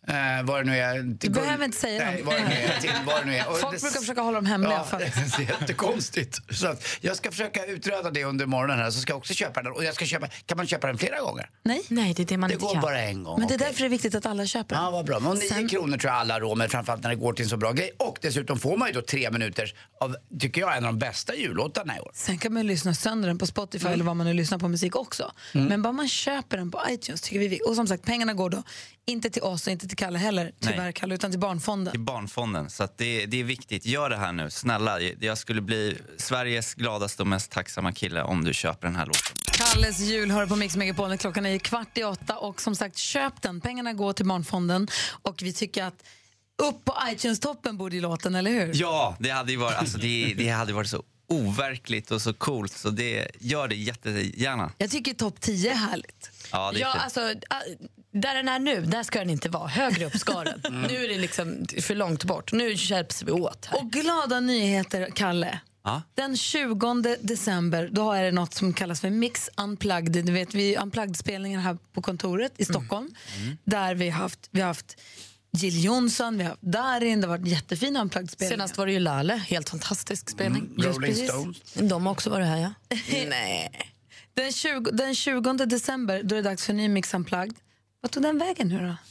Vad det nu är. Du behöver inte säga nej, vad det nu är. Till vad det nu är. Folk brukar försöka hålla dem hemliga. Ja, det är jättekonstigt. Så att jag ska försöka utröna det under morgonen här, så ska jag också köpa den. Och jag ska köpa, kan man köpa den flera gånger? Nej, det är det man det inte går kan. bara en gång. Men det är därför det är viktigt att alla köper den. Ja, vad bra. Men 9 kronor tror jag alla råd med, framförallt när det går till en så bra grej. Och dessutom får man ju då 3 minuter av, tycker jag, en av de bästa jullåtarna i år. Sen kan man ju lyssna sönder den på Spotify eller vad man nu lyssnar på musik också. Men bara man köper den på iTunes tycker vi. Och som sagt, pengarna går då inte till oss och inte till Kalle heller, tyvärr Kalle, utan till Barnfonden. Till Barnfonden, så att det är viktigt. Gör det här nu, snälla. Jag skulle bli Sveriges gladaste och mest tacksamma kille om du köper den här låten. Kalles jul hör på Mix Megapol när klockan är 7:15 och som sagt, köp den. Pengarna går till Barnfonden och vi tycker att upp på iTunes-toppen borde ju låten, eller hur? Ja, det hade ju varit, alltså det hade varit så overkligt och så coolt, så det gör det jättegärna. Jag tycker topp 10 är härligt. Ja, det är fint. alltså, där den är nu, där ska den inte vara. Högre upp ska den. Nu är det liksom för långt bort. Nu hjälps vi åt här. Och glada nyheter, Kalle. Ja. Den 20 december då är det något som kallas för Mix Unplugged. Du vet, vi Unplugged-spelningen här på kontoret i Stockholm. Där vi har haft Jill Johnson, vi har haft Darin, det har varit jättefina Unplugged-spelningar. Senast var det ju Lale, helt fantastisk spelning. Rolling Stones. De har också varit här, ja. Nej. Den 20 december då är det dags för ny Mix Unplugged. Vad tog den vägen nu då?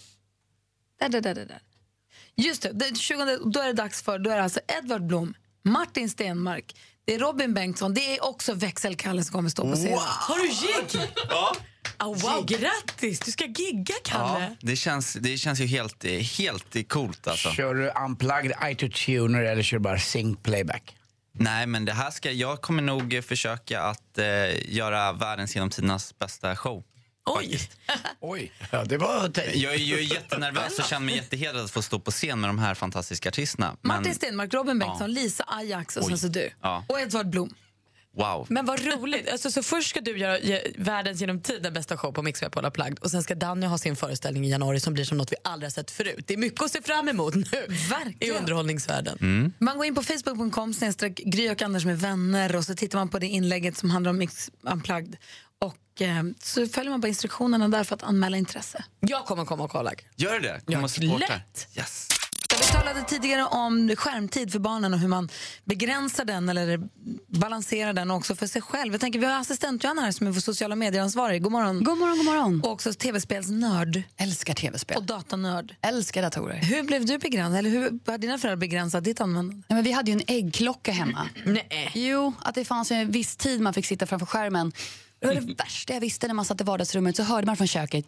Där. Just det, den 20, då är det dags för, då är det alltså Edvard Blom, Martin Stenmark, det är Robin Bengtsson, det är också Växelkalle som kommer stå på scenen. Wow. Har du gig? Ja. Oh, wow, grattis! Du ska gigga, Kalle. Ja, det känns ju helt coolt alltså. Kör du unplugged autotuner eller kör du bara sync playback? Nej, men det här jag kommer nog försöka att göra världens genom tidernas bästa show. Oj! Oj, ja, det var... Jag är ju jättenervös och känner mig jättehedrad att få stå på scen med de här fantastiska artisterna. Martin Stenmark, Robin Bengtsson, Lisa Ajax och sen så du. Ja. Och Edvard Blom. Wow. Men vad roligt. Alltså, så först ska du göra världens genom tiden bästa show på Mix Megapol Unplugged och sen ska Danny ha sin föreställning i januari som blir som något vi aldrig har sett förut. Det är mycket att se fram emot nu. Verkligen. I underhållningsvärlden. Man går in på facebook.com/Gry och Anders med vänner och så tittar man på det inlägget som handlar om Mix Unplugged och så följer man på instruktionerna där för att anmäla intresse. Jag kommer komma och kolla. Gör det? Kom och supporta. Yes. Vi talade tidigare om skärmtid för barnen och hur man begränsar den eller balanserar den också för sig själv. Jag tänker, vi har assistent Johanna här som är vår sociala medieransvarig. God morgon. God morgon, god morgon. Och också tv-spelsnörd. Älskar tv-spel. Och datanörd. Älskar datorer. Hur blev du begränsad? Eller hur har dina föräldrar begränsat ditt användande? Ja, men vi hade ju en äggklocka hemma. Nej. Jo, att det fanns en viss tid man fick sitta framför skärmen. Det var det värsta jag visste när man satt i vardagsrummet så hörde man från köket.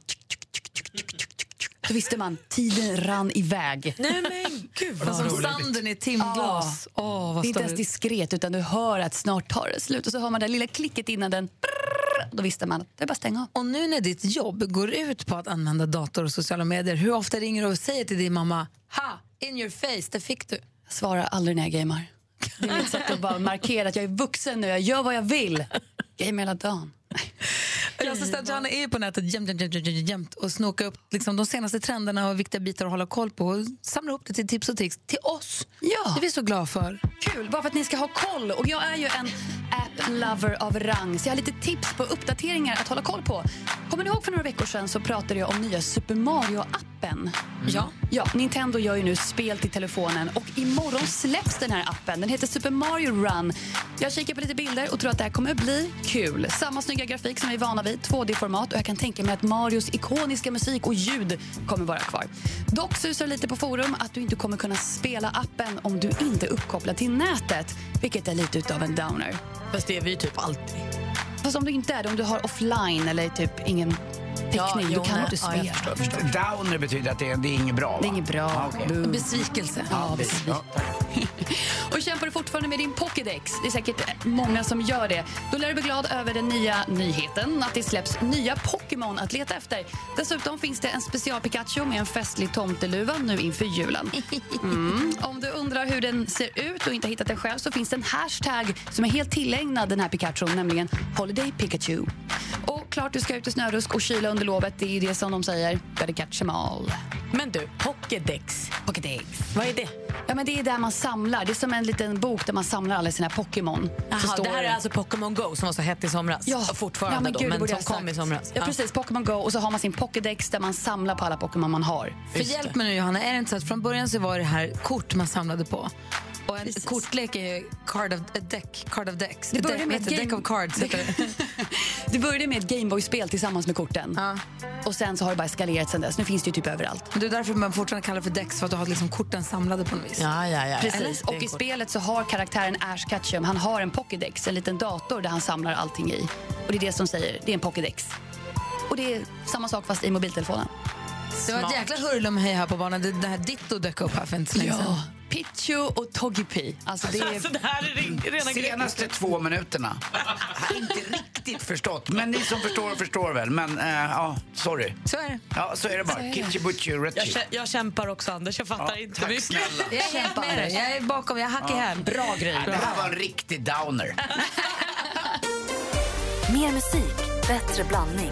Då visste man, tiden rann iväg. Nej men gud vad som sanden i timglas. Det är inte ens diskret utan du hör att snart tar det slut. Och så hör man det lilla klicket innan den. Då visste man att det är bara stänga av. Och nu när ditt jobb går ut på att använda dator och sociala medier, hur ofta ringer du och säger till din mamma, ha, in your face, det fick du? Jag svarar aldrig när jag gamer. Det är mitt sätt att bara markera att jag är vuxen nu, jag gör vad jag vill. Game hela dagen. Assistent Johanna är på nätet jämt och snokar upp liksom, de senaste trenderna och viktiga bitar att hålla koll på och samlar upp det till tips och tricks till oss. Ja. Det är vi så glada för. Kul, bara för att ni ska ha koll. Och jag är ju en app-lover av rang, så jag har lite tips på uppdateringar att hålla koll på. Kommer ni ihåg för några veckor sedan så pratade jag om nya Super Mario-appen? Ja, Nintendo gör ju nu spel till telefonen och imorgon släpps den här appen. Den heter Super Mario Run. Jag kikar på lite bilder och tror att det här kommer att bli kul. Samma snygga grafik som vi är vana vid, 2D-format, och jag kan tänka mig att Marios ikoniska musik och ljud kommer vara kvar. Dock susar lite på forum att du inte kommer kunna spela appen om du inte är uppkopplad till nätet, vilket är lite utav en downer. Fast det är vi typ alltid. Fast om du inte är det, om du har offline eller typ ingen täckning, då kan du inte spela. Jag förstår. Downer betyder att det är inget bra, va? Det är inget bra. Besvikelse. Och kämpar du fortfarande med din Pokédex? Det är säkert många som gör det. Då lär du bli glad över den nya nyheten att det släpps nya Pokémon att leta efter. Dessutom finns det en special Pikachu med en festlig tomteluva nu inför julen. Om du undrar hur den ser ut och inte har hittat den själv så finns det en hashtag som är helt tillägnad den här Pikachu, nämligen Holiday Pikachu. Och klart du ska ut i snörusk och kyla under lovet, det är det som de säger. Better catch them all. Men du, Pokédex. Vad är det? Ja, men det är där man samlar. Det är som en liten bok där man samlar alla sina Pokémon. Jaha, det här är alltså Pokémon Go som var så hett i somras. Ja, och fortfarande men då, men som kom i somras. Ja, precis. Pokémon Go, och så har man sin Pokédex där man samlar på alla Pokémon man har. För hjälp mig nu, Johanna, är det inte så att från början så var det här kort man samlade på? Och en kortlek är Card of Decks. Det började med Deck of Cards. Det började med ett Gameboy-spel tillsammans med korten. Ja. Och sen så har det bara eskalerat sen dess. Nu finns det ju typ överallt. Det är därför man fortfarande kallar för Dex, för att du har liksom korten samlade på något vis. Ja. Precis. Och i spelet så har karaktären Ash Ketchum, han har en Pokédex, en liten dator där han samlar allting i. Och det är det som säger, det är en Pokédex. Och det är samma sak fast i mobiltelefonen. Det var ett jäkla hurlum hej här på banan. Det här Ditto dök upp här för inte så länge sedan. Pichu och Togepi. Alltså det här är rena senaste 2 minuterna. Jag har inte riktigt förstått. Men ni som förstår väl. Men ja, sorry. Så är det. Ja, så är det bara. Kitchi Butchi Retchi. Jag kämpar också, Anders. Jag fattar inte tack mycket. Snälla. Jag är helt med dig. Jag är bakom. Jag hackar här. Bra grej. Det här var en riktig downer. Mer musik, bättre blandning.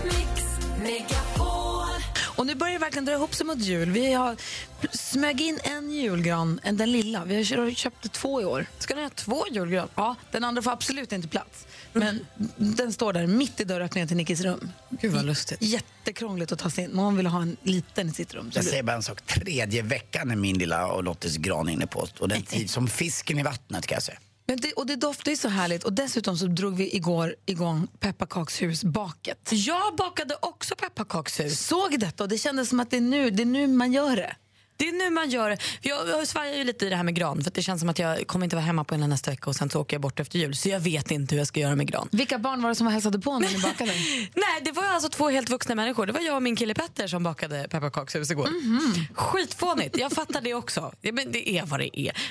Och nu börjar det verkligen dra ihop sig mot jul. Vi har smög in en julgran, den lilla. Vi har köpt 2 i år. Ska ni ha 2 julgran? Ja, den andra får absolut inte plats. Men den står där mitt i dörröppningen till Nickis rum. Gud vad lustigt. Jättekrångligt att ta sig in. Någon vill ha en liten i sitt rum. Jag säger bara en sak. 3:e veckan är min lilla och Lottes gran inne på. Och den tid som fisken i vattnet, kan jag säga. Men det doftar ju så härligt. Och dessutom så drog vi igår igång pepparkakshusbaket. Jag bakade också pepparkakshus. Såg detta och det kändes som att det är nu man gör det. Det är nu man gör det. Jag svajar ju lite i det här med gran. För det känns som att jag kommer inte vara hemma på nästa vecka. Och sen så åker jag bort efter jul. Så jag vet inte hur jag ska göra med gran. Vilka barn var det som hälsade på när ni bakade? Nej, det var alltså 2 helt vuxna människor. Det var jag och min kille Petter som bakade pepparkakshus igår. Skitfånigt, jag fattar det också. Ja, men det är vad det är.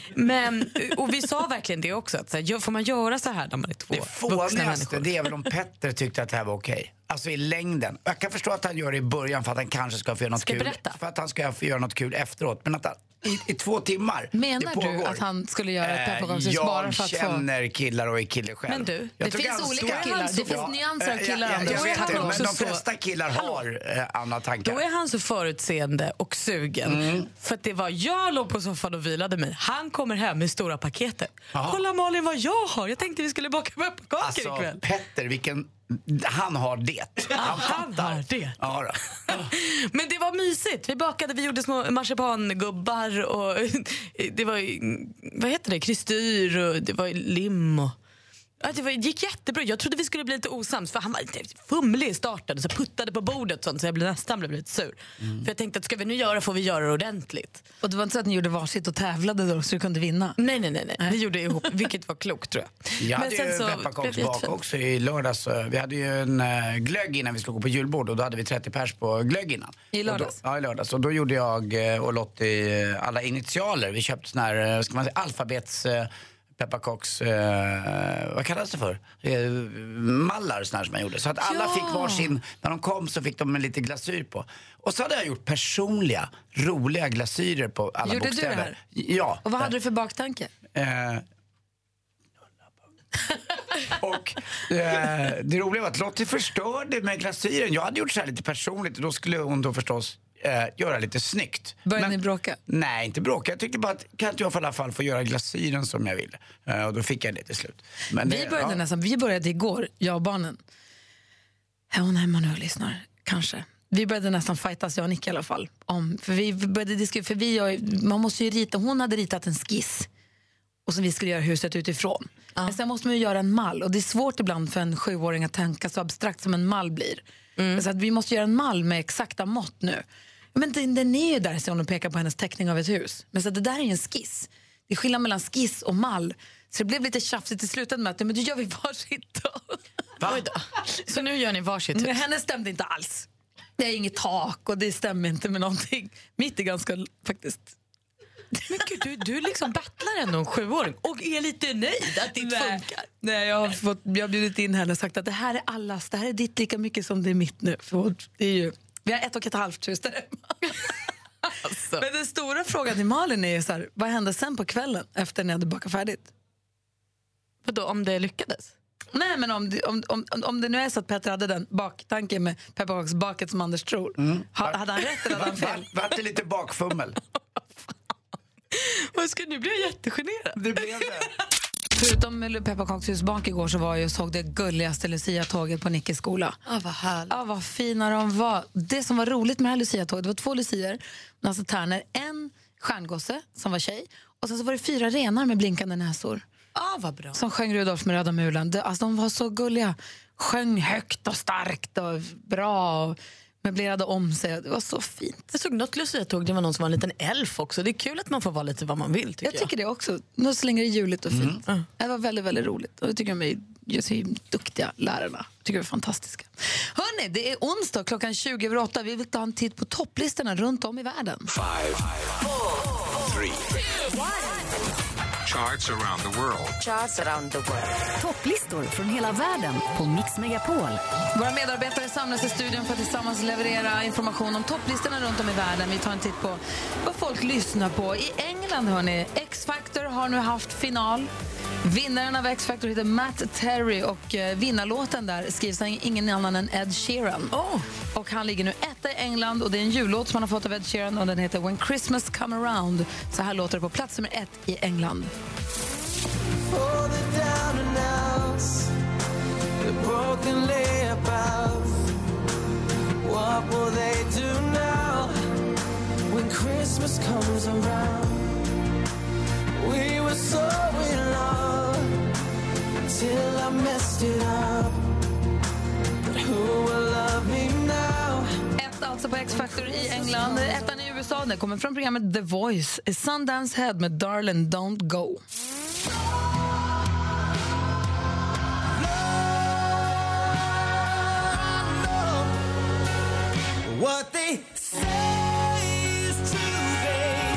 Men och vi sa verkligen det också. Att så här, får man göra så här när man är 2 vuxna människor? Det är väl om Petter tyckte att det här var okej. Alltså i längden. Jag kan förstå att han gör det i början för att han kanske ska få göra något kul. Berätta. För att han ska få göra något kul efteråt. Men att i 2 timmar. Menar du att han skulle göra ett pepparkakshus bara för att få... Jag känner killar och är kille själv. Men du, det finns olika killar. Det finns nyanser av killar. Jag vet det, men de så... flesta killar har andra tankar. Då är han så förutseende och sugen. För att det var jag låg på soffan och vilade mig. Han kommer hem med stora paketet. Kolla Malin vad jag har. Jag tänkte vi skulle baka pepparkakor ikväll. Petter, han har det. Han har det. Ja, men det var mysigt. Vi gjorde små marsipangubbar och det var, vad heter det, kristyr och det var lim och det gick jättebra. Jag trodde vi skulle bli lite osams för han var lite fumlig i starten så puttade på bordet sånt, så jag nästan blev lite sur. För jag tänkte att ska vi nu göra får vi göra det ordentligt. Och det var inte så att ni gjorde varsitt och tävlade då så du kunde vinna? Nej. Vi gjorde ihop, vilket var klokt tror jag. Jag hade ju pepparkaksbak också i lördags. Vi hade ju en glögg innan vi skulle gå på julbord och då hade vi 30 pers på glögg innan. I lördags? I lördags. Och då gjorde jag och Lottie alla initialer. Vi köpte sån här, ska man säga, alfabets... pepparkaks, vad kallas det för? Mallar såna här som man gjorde. Så att alla fick varsin, när de kom så fick de en lite glasyr på. Och så hade jag gjort personliga, roliga glasyrer på alla bokstäver. Gjorde du det här? Ja. Och vad hade du för baktanke? Och det roliga var att Lottie förstörde med glasyren. Jag hade gjort så här lite personligt och då skulle hon då förstås göra lite snyggt. Började ni bråka? Nej, inte bråka. Jag tyckte bara att kan inte jag i alla fall få göra glasyren som jag ville. Och då fick jag det till slut. Men vi började igår, jag och barnen. Hon är hemma nu och lyssnar, kanske. Vi började nästan fightas, jag och Nick i alla fall. För vi började diskutera, man måste ju rita, hon hade ritat en skiss. Och som vi skulle göra huset utifrån. Men sen måste man ju göra en mall. Och det är svårt ibland för en 7-åring att tänka så abstrakt som en mall blir. Så att vi måste göra en mall med exakta mått nu. Men den är ju där, så hon pekar på hennes teckning av ett hus. Men så att det där är ju en skiss. Det är skillnad mellan skiss och mall. Så det blev lite tjafsigt i slutet med att men då gör vi varsitt då. Så nu gör ni varsitt hus? Men henne stämde inte alls. Det är inget tak och det stämmer inte med någonting. Mitt är ganska faktiskt... Men gud, du liksom battlar ändå en 7-åring och är lite nöjd att det inte funkar. Nej, jag har bjudit in henne och sagt att det här är allas, det här är ditt lika mycket som det är mitt nu. För det är ju, vi har 1,5 hus där hemma. Alltså. Men den stora frågan till Malin är ju så här, vad hände sen på kvällen efter när ni hade bakat färdigt? Vadå, om det lyckades? Nej, men om det nu är så att Petter hade den baktanken med pepparkaksbaket som Anders tror. Hade han rätt eller hade han fel? Vart det lite bakfummel? Vad ska nu bli jättegenerad? Det blev det. Förutom pepparkakshusbak igår så var jag och såg det gulligaste Lucia-tåget på Nickes skola. Vad härligt. Vad fina de var. Det som var roligt med det här Lucia-tåget, det var 2 lucier, alltså tärner, en stjärngosse som var tjej och sen så var det 4 renar med blinkande näsor. Vad bra. Som sjöng Rudolf med röda mulen. De var så gulliga. Sjöng högt och starkt och bra och möblerade om sig. Det var så fint. Jag såg något Lucia-tåg, det var någon som var en liten elf också. Det är kul att man får vara lite vad man vill, tycker jag. Jag tycker det också. Nu så länge det är juligt och fint. Det var väldigt, väldigt roligt. Och det tycker jag är så duktiga lärarna. Jag tycker det är fantastiska. Hörrni, det är onsdag klockan 20:08. Vi vill ta en titt på topplistorna runt om i världen. 5, 4, 3, 2, 1. Charts around the world. Charts around the world. Topplistor från hela världen på Mix Megapol. Våra medarbetare samlas i studion för att tillsammans leverera information om topplistorna runt om i världen. Vi tar en titt på vad folk lyssnar på. I England, hörni, X-Factor har nu haft final. Vinnaren av X-Factor heter Matt Terry och vinnarlåten där skrivs ingen annan än Ed Sheeran. Och han ligger nu 1 i England och det är en jullåt som han har fått av Ed Sheeran och den heter When Christmas Come Around. Så här låter det på plats nummer 1 i England. What will they do now when Christmas comes around? We were so in love till I messed it up. But who will love me now? Alltså på X-Factor i England. 1 i USA. Det kommer från programmet The Voice. Sundance Head med Darling Don't Go. What they say is true, babe.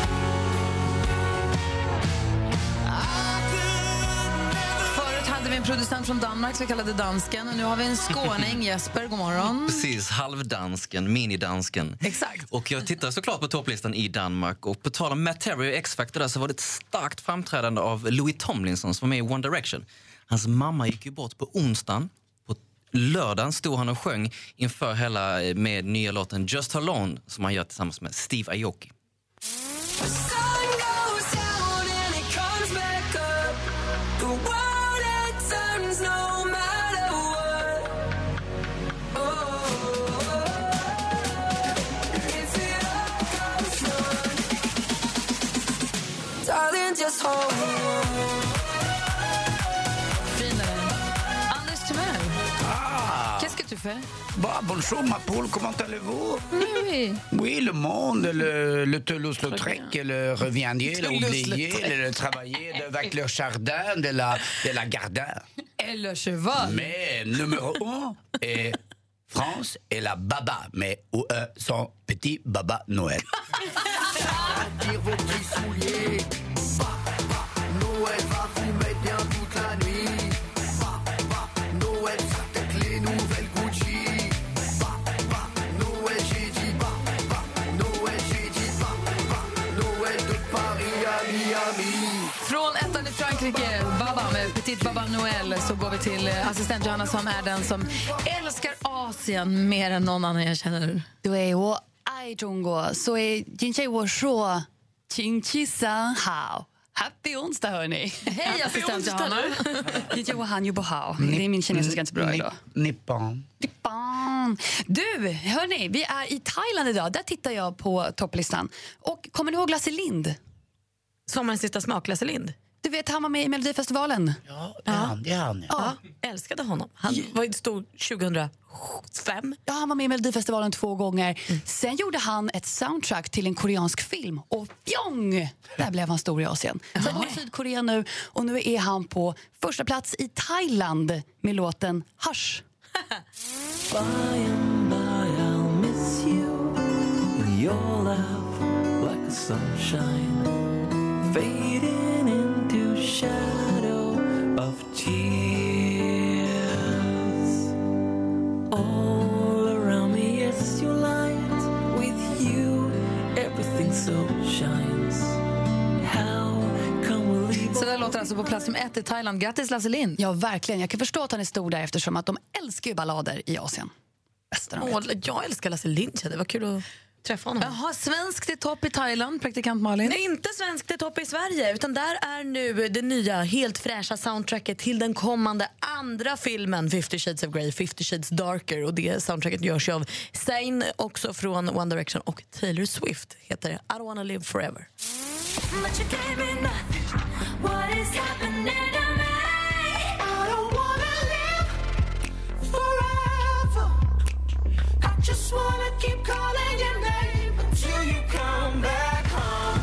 Förut hade vi en producent från Danmark som vi kallade Dansken. Och nu har vi en skåning, Jesper. God morgon. Precis, halvdansken, minidansken. Exakt. Och jag tittar såklart på topplistan i Danmark. Och på tal om Matt Terry och X-Factor där så var det ett starkt framträdande av Louis Tomlinson som var med i One Direction. Hans mamma gick ju bort på onsdagen. Lördagen stod han och sjöng inför hela med nya låten Just Alone som han gör tillsammans med Steve Aoki. Bah, bonjour ma poule, comment allez-vous? Oui. Oui, le monde, le Toulouse-Lautrec, le Reviendier, le Oublier, le Travailler, avec le Chardin, de la Gardin. Et le cheval. Mais numéro 1 est France et la Baba, mais son petit Baba Noël. Tire vos petits souliers. Noël va vous mettre bien toute la nuit. Noël, ça t'aide les nouvelles Gucci. Noël, j'ai dit Noël, j'ai dit Noël de Paris à Miami. Från 1 i Frankrike, Baba med Petit Baba Noël, så går vi till assistent Johanna som är den som älskar Asien mer än någon annan jag känner. 对，我爱中国，所以今天我说星期三好。Happy onsdag, hörni. Hej, assistent Johanna. Gitja Wahan Yubohao. Det är min kinesiska inte så bra idag. Nippon. Du, hörni, vi är i Thailand idag. Där tittar jag på topplistan. Och kommer ni ihåg Lasse Lind? Sommarens sista smak, Lasse Lind. Du vet, han var med i Melodifestivalen. Ja, det är han. Ja, älskade honom. Han var ju stor 2005. Ja, han var med i Melodifestivalen 2 gånger. Sen gjorde han ett soundtrack till en koreansk film. Och fjong! Där blev han stor i Asien. Så han var i Sydkorea nu. Och nu är han på första plats i Thailand med låten Hush. By and by I'll miss you with your laugh like a sunshine fading into shadow of tears. All around me, yes, you light. With you, everything so shines. How come we leave? Så där låter alltså på plats som 1 i Thailand. Grattis Lasse Lind. Ja, verkligen. Jag kan förstå att han är stor där eftersom att de älskar ju ballader i Asien. Jag älskar Lasse Lind. Det var kul att träffa honom. Jaha, svensk till topp i Thailand, praktikant Malin. Nej, inte svensk till topp i Sverige, utan där är nu det nya, helt fräscha soundtracket till den kommande andra filmen 50 Shades of Grey, 50 Shades Darker. Och det soundtracket görs av Zayn, också från One Direction, och Taylor Swift. Heter I Don't Wanna Live Forever. Just wanna keep calling your name until you come back home.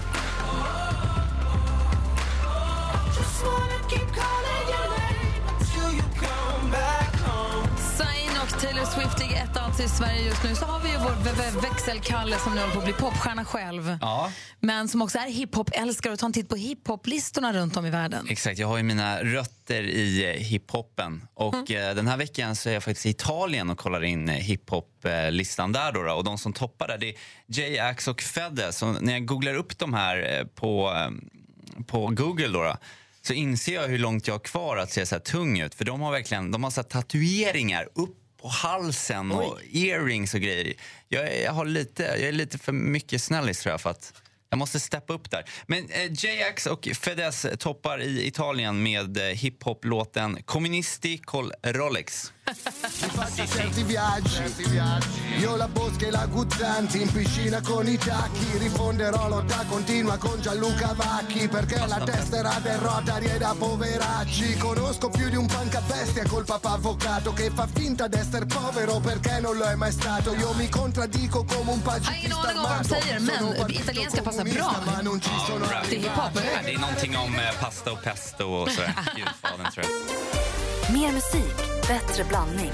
Just wanna keep calling your name until you come back home. Zayn och Taylor Swift ligger ett alltså i Sverige just nu. Så har vi ju vår växelkalle som nu håller på att bli popstjärna själv. Ja. Men som också är hiphop-älskare och tar en titt på hiphop-listorna runt om i världen. Exakt, jag har ju mina rötter i hiphopen. Och den här veckan så är jag faktiskt i Italien och kollar in hiphop-listan där då. Och de som toppar där, det är J-Ax och Fede. Så när jag googlar upp de här på Google då, så inser jag hur långt jag har kvar att se så här tung ut. För de har verkligen, de har så här tatueringar upp på halsen och earrings och grejer. Jag är lite för mycket snällis tror jag för att jag måste steppa upp där. Men J-Ax och Fedez toppar i Italien med hiphop-låten Comunisti col Rolex. Certi viaggi, io la Bosca e la Guzzanti in piscina con i tacchi, rifonderò lotta continua con Gianluca Vacchi perché la tessera del Rotary è da poveracci. Conosco più di un panca bestia col papà avvocato che fa finta d'essere povero perché non lo è mai stato. Io mi contraddico come un pacifista armato. Men italienska passar bra till hiphop. Det är någonting om pasta och pesto och så. Gudfadern tror jag. Mer musik, bättre blandning.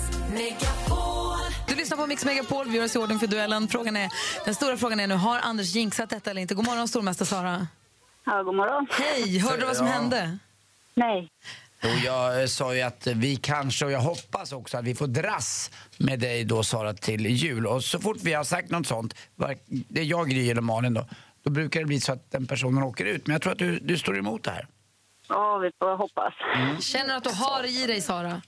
Du lyssnar på Mix Megapol, vi gör oss i ordning för duellen. Den stora frågan är nu, har Anders jinxat detta eller inte? God morgon, stormästare Sara. Ja, god morgon. Hej, hörde du vad som hände? Nej. Och jag sa ju att vi kanske, och jag hoppas också att vi får dras med dig då, Sara, till jul. Och så fort vi har sagt något sånt, det är jag, Gry eller Malin då brukar det bli så att den personen åker ut. Men jag tror att du står emot det här. Ja, vi får hoppas. Känner du att du har i dig, Sara?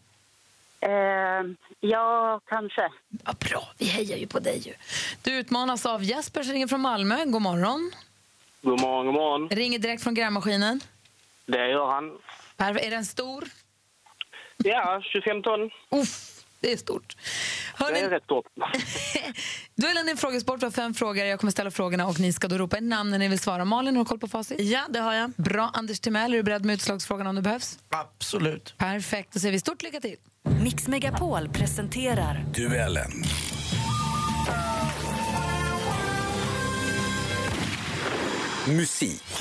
Ja, kanske. Ja, bra, vi hejar ju på dig ju. Du utmanas av Jesper som ringer från Malmö. God morgon. God morgon, god morgon. Ringer direkt från grävmaskinen. Det gör han. Är den stor? Ja, 25 ton. Uff, det är stort. Det är rätt stort. Duellen är en frågesport. Vi har 5 frågor. Jag kommer ställa frågorna och ni ska då ropa ett namn när ni vill svara. Malin, har du koll på facit? Ja, det har jag. Bra. Anders Timell, är du beredd med utslagsfrågan om det behövs? Absolut. Perfekt, då säger vi stort lycka till. Mix Megapol presenterar Duellen. Musik.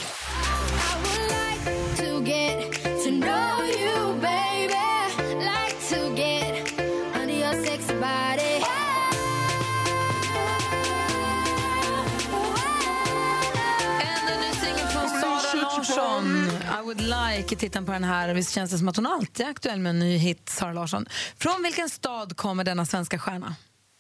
I would like, tittar på den här. Visst känns det som att hon alltid är aktuell med en ny hit, Sara Larsson. Från vilken stad kommer denna svenska stjärna?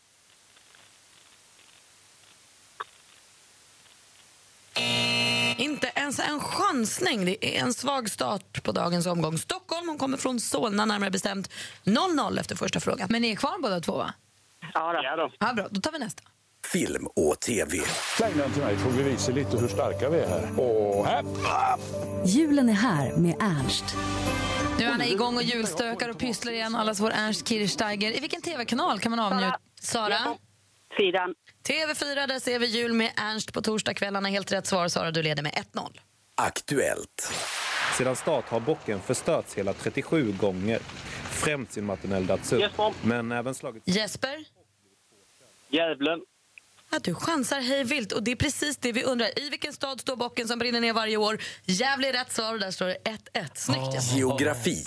Inte ens en chansning. Det är en svag start på dagens omgång. Stockholm, hon kommer från Solna, närmare bestämt 0-0 efter första frågan. Men ni är kvar båda två, va? Ja då. Ja, bra, då tar vi nästa. Film och tv. Släng den till mig får vi visa lite hur starka vi är här. Och här. Julen är här med Ernst. Nu är han igång och julstökar och pysslar igen. Allas vår Ernst Kirchsteiger. I vilken tv-kanal kan man avnjuta? Sara? Fyran. TV4, där ser vi jul med Ernst på torsdagskvällarna. Helt rätt svar, Sara, du leder med 1-0. Aktuellt. Sedan start har bocken förstörts hela 37 gånger. Främst genom att den eldats upp. Jesper. Men även slagit... Jesper? Djävulen. Att du chansar hej vilt, och det är precis det vi undrar. I vilken stad står bocken som brinner ner varje år? Jävligt rätt svar, och där står det 1-1. Snyggt, Jesper. Geografi.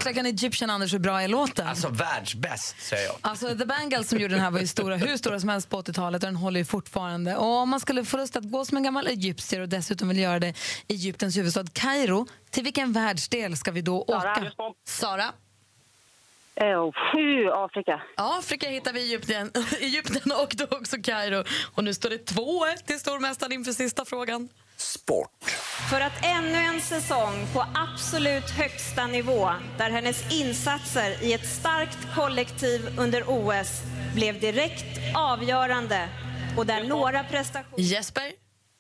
Like an Egyptian, Anders, hur bra är låten? Alltså världsbäst, säger jag. Alltså The Bangles som gjorde den här var ju stora, hur stora som helst på 80-talet, och den håller ju fortfarande. Och om man skulle få lust att gå som en gammal egyptier och dessutom vill göra det i Egyptens huvudstad Kairo, till vilken världsdel ska vi då åka? Sara? Afrika. Afrika hittar vi Egypten och då också Kairo. Och nu står det 2-1 till stormästaren inför sista frågan. Sport. För att ännu en säsong på absolut högsta nivå, där hennes insatser i ett starkt kollektiv under OS blev direkt avgörande och där några prestationer... Jesper?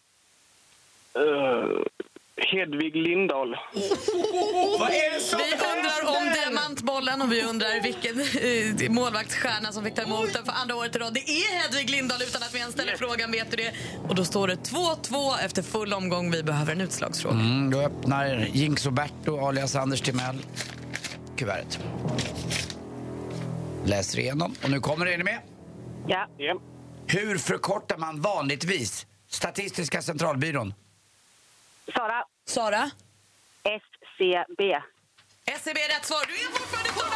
Hedvig Lindahl. Vad är det som Vi undrar om diamantbollen och vi undrar vilken målvaktsstjärna som fick ta emot den för andra året i rad. Det är Hedvig Lindahl, utan att vi ens ställer frågan, vet du det? Och då står det 2-2 efter full omgång. Vi behöver en utslagsfråga. Då öppnar Jinx Roberto alias Anders Timell kuvertet. Läser igenom och nu kommer det, är ni med? Ja. Hur förkortar man vanligtvis Statistiska centralbyrån? Sara? SCB. SCB är rätt svar. Du är fortfarande på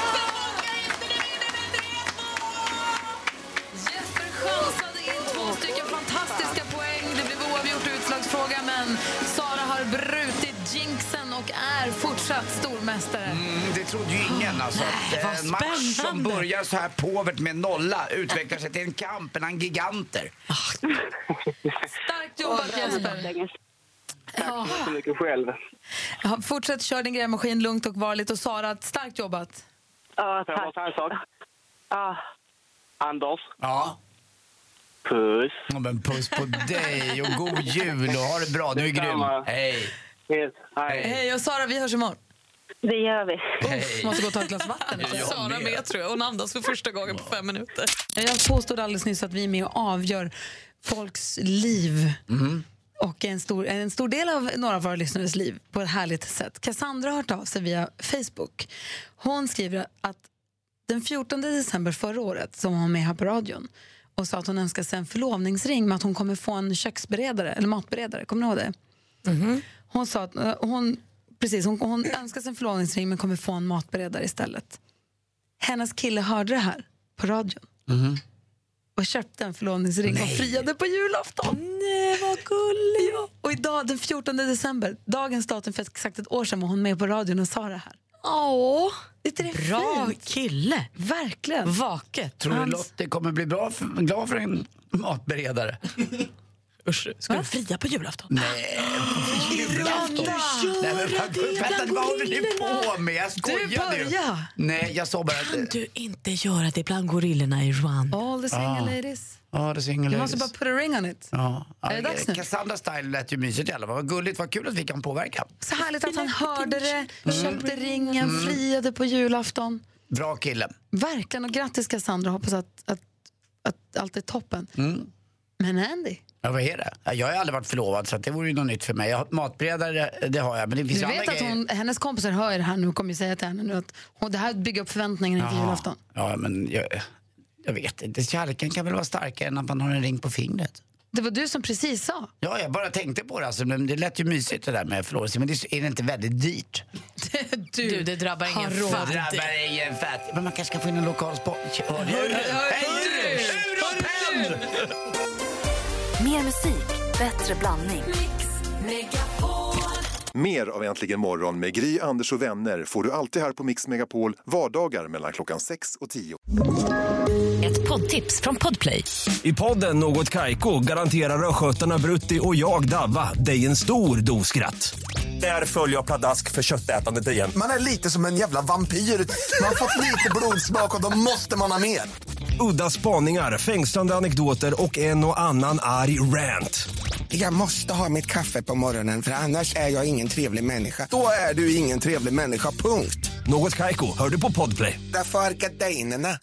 Jesper chansade in 2 stycken fantastiska poäng. Det blev oavgjort utslagsfråga, men Sara har brutit jinxen och är fortsatt stormästare. Det trodde ju ingen alltså. En match som börjar så här påvert med 0 utvecklar sig till en kamp mellan giganter. Starkt jobbat, Jesper. Tack så mycket själv. Ja, fortsätt köra din grävmaskin lugnt och varligt. Och Sara, starkt jobbat. Ja, tack. Jag måste ha en sak. Ja. Anders. Ja. Puss. Ja, men puss på dig och god jul och ha det bra. Du är grym. Hej. Hej, och Sara, vi hörs imorgon. Det gör vi. Måste gå och ta ett glas vatten. Sara med, tror jag. Hon andas för första gången på 5 minuter. Jag påstod alldeles nyss att vi är med och avgör folks liv. Och en stor del av några av våra lyssnares liv på ett härligt sätt. Cassandra har hört av sig via Facebook. Hon skriver att den 14 december förra året som hon var med här på radion och sa att hon önskar sig en förlovningsring med att hon kommer få en köksberedare eller matberedare. Kommer ni ihåg det? Hon sa att hon önskar sig en förlovningsring men kommer få en matberedare istället. Hennes kille hörde det här på radion. Och köpte en förlovningsring och friade på julafton. Nej, vad gulligt. Ja. Och idag, den 14 december, dagens datum för exakt ett år sedan, var hon med på radion och sa det här. Åh, det bra fint? Kille. Verkligen. Vaket. Tror du Lotte kommer bli glad för en matberedare? Usch, ska du fria på julafton? Nej, på julafton. Nej, men vad håller ni på med? Jag skojar nu. Nej, jag sa bara kan du inte göra det bland gorillorna i Rwanda? All the single ladies. Ja, the single ladies. Du måste bara put a ring on it. Ja. Är det dags nu? Cassandra style lät ju mysigt i alla fall. Vad gulligt, vad kul att vi kan påverka. Så härligt att han hörde det, köpte ringen, friade på julafton. Bra kille. Verkligen, och grattis Cassandra. Hoppas att allt är toppen. Men Andy? Ja, vad är det? Jag har aldrig varit förlovad så det vore ju något nytt för mig. Jag har matberedare, det har jag, men det finns du vet att hennes kompisar hör det här nu och kommer säga till henne nu att det här bygger upp förväntningarna inför julafton. Ja, men jag vet inte. Kärleken kan väl vara starkare än att man har en ring på fingret. Det var du som precis sa. Ja, jag bara tänkte på det. Alltså, men det lät ju mysigt det där med förlovelse. Men det är inte väldigt dyrt. Det drabbar ingen fattig. Det drabbar ingen fattig. Men man kanske ska få in en lokal sport. Mer musik, bättre blandning. Mer av Äntligen morgon med Gry, Anders och vänner får du alltid här på Mix Megapol vardagar mellan klockan 6 och 10. Ett poddtips från Podplay. I podden Något Kaiko garanterar röskötarna Brutti och jag Davva dig en stor doskratt. Där följer jag pladask för köttätandet igen. Man är lite som en jävla vampyr. Man har fått lite blodsmak och då måste man ha mer. Udda spaningar, fängslande anekdoter och en och annan arg rant. Jag måste ha mitt kaffe på morgonen för annars är jag ingen trevlig människa. Då är du ingen trevlig människa, punkt. Något Kaiko, hör du på Podplay. Därför är gardinerna.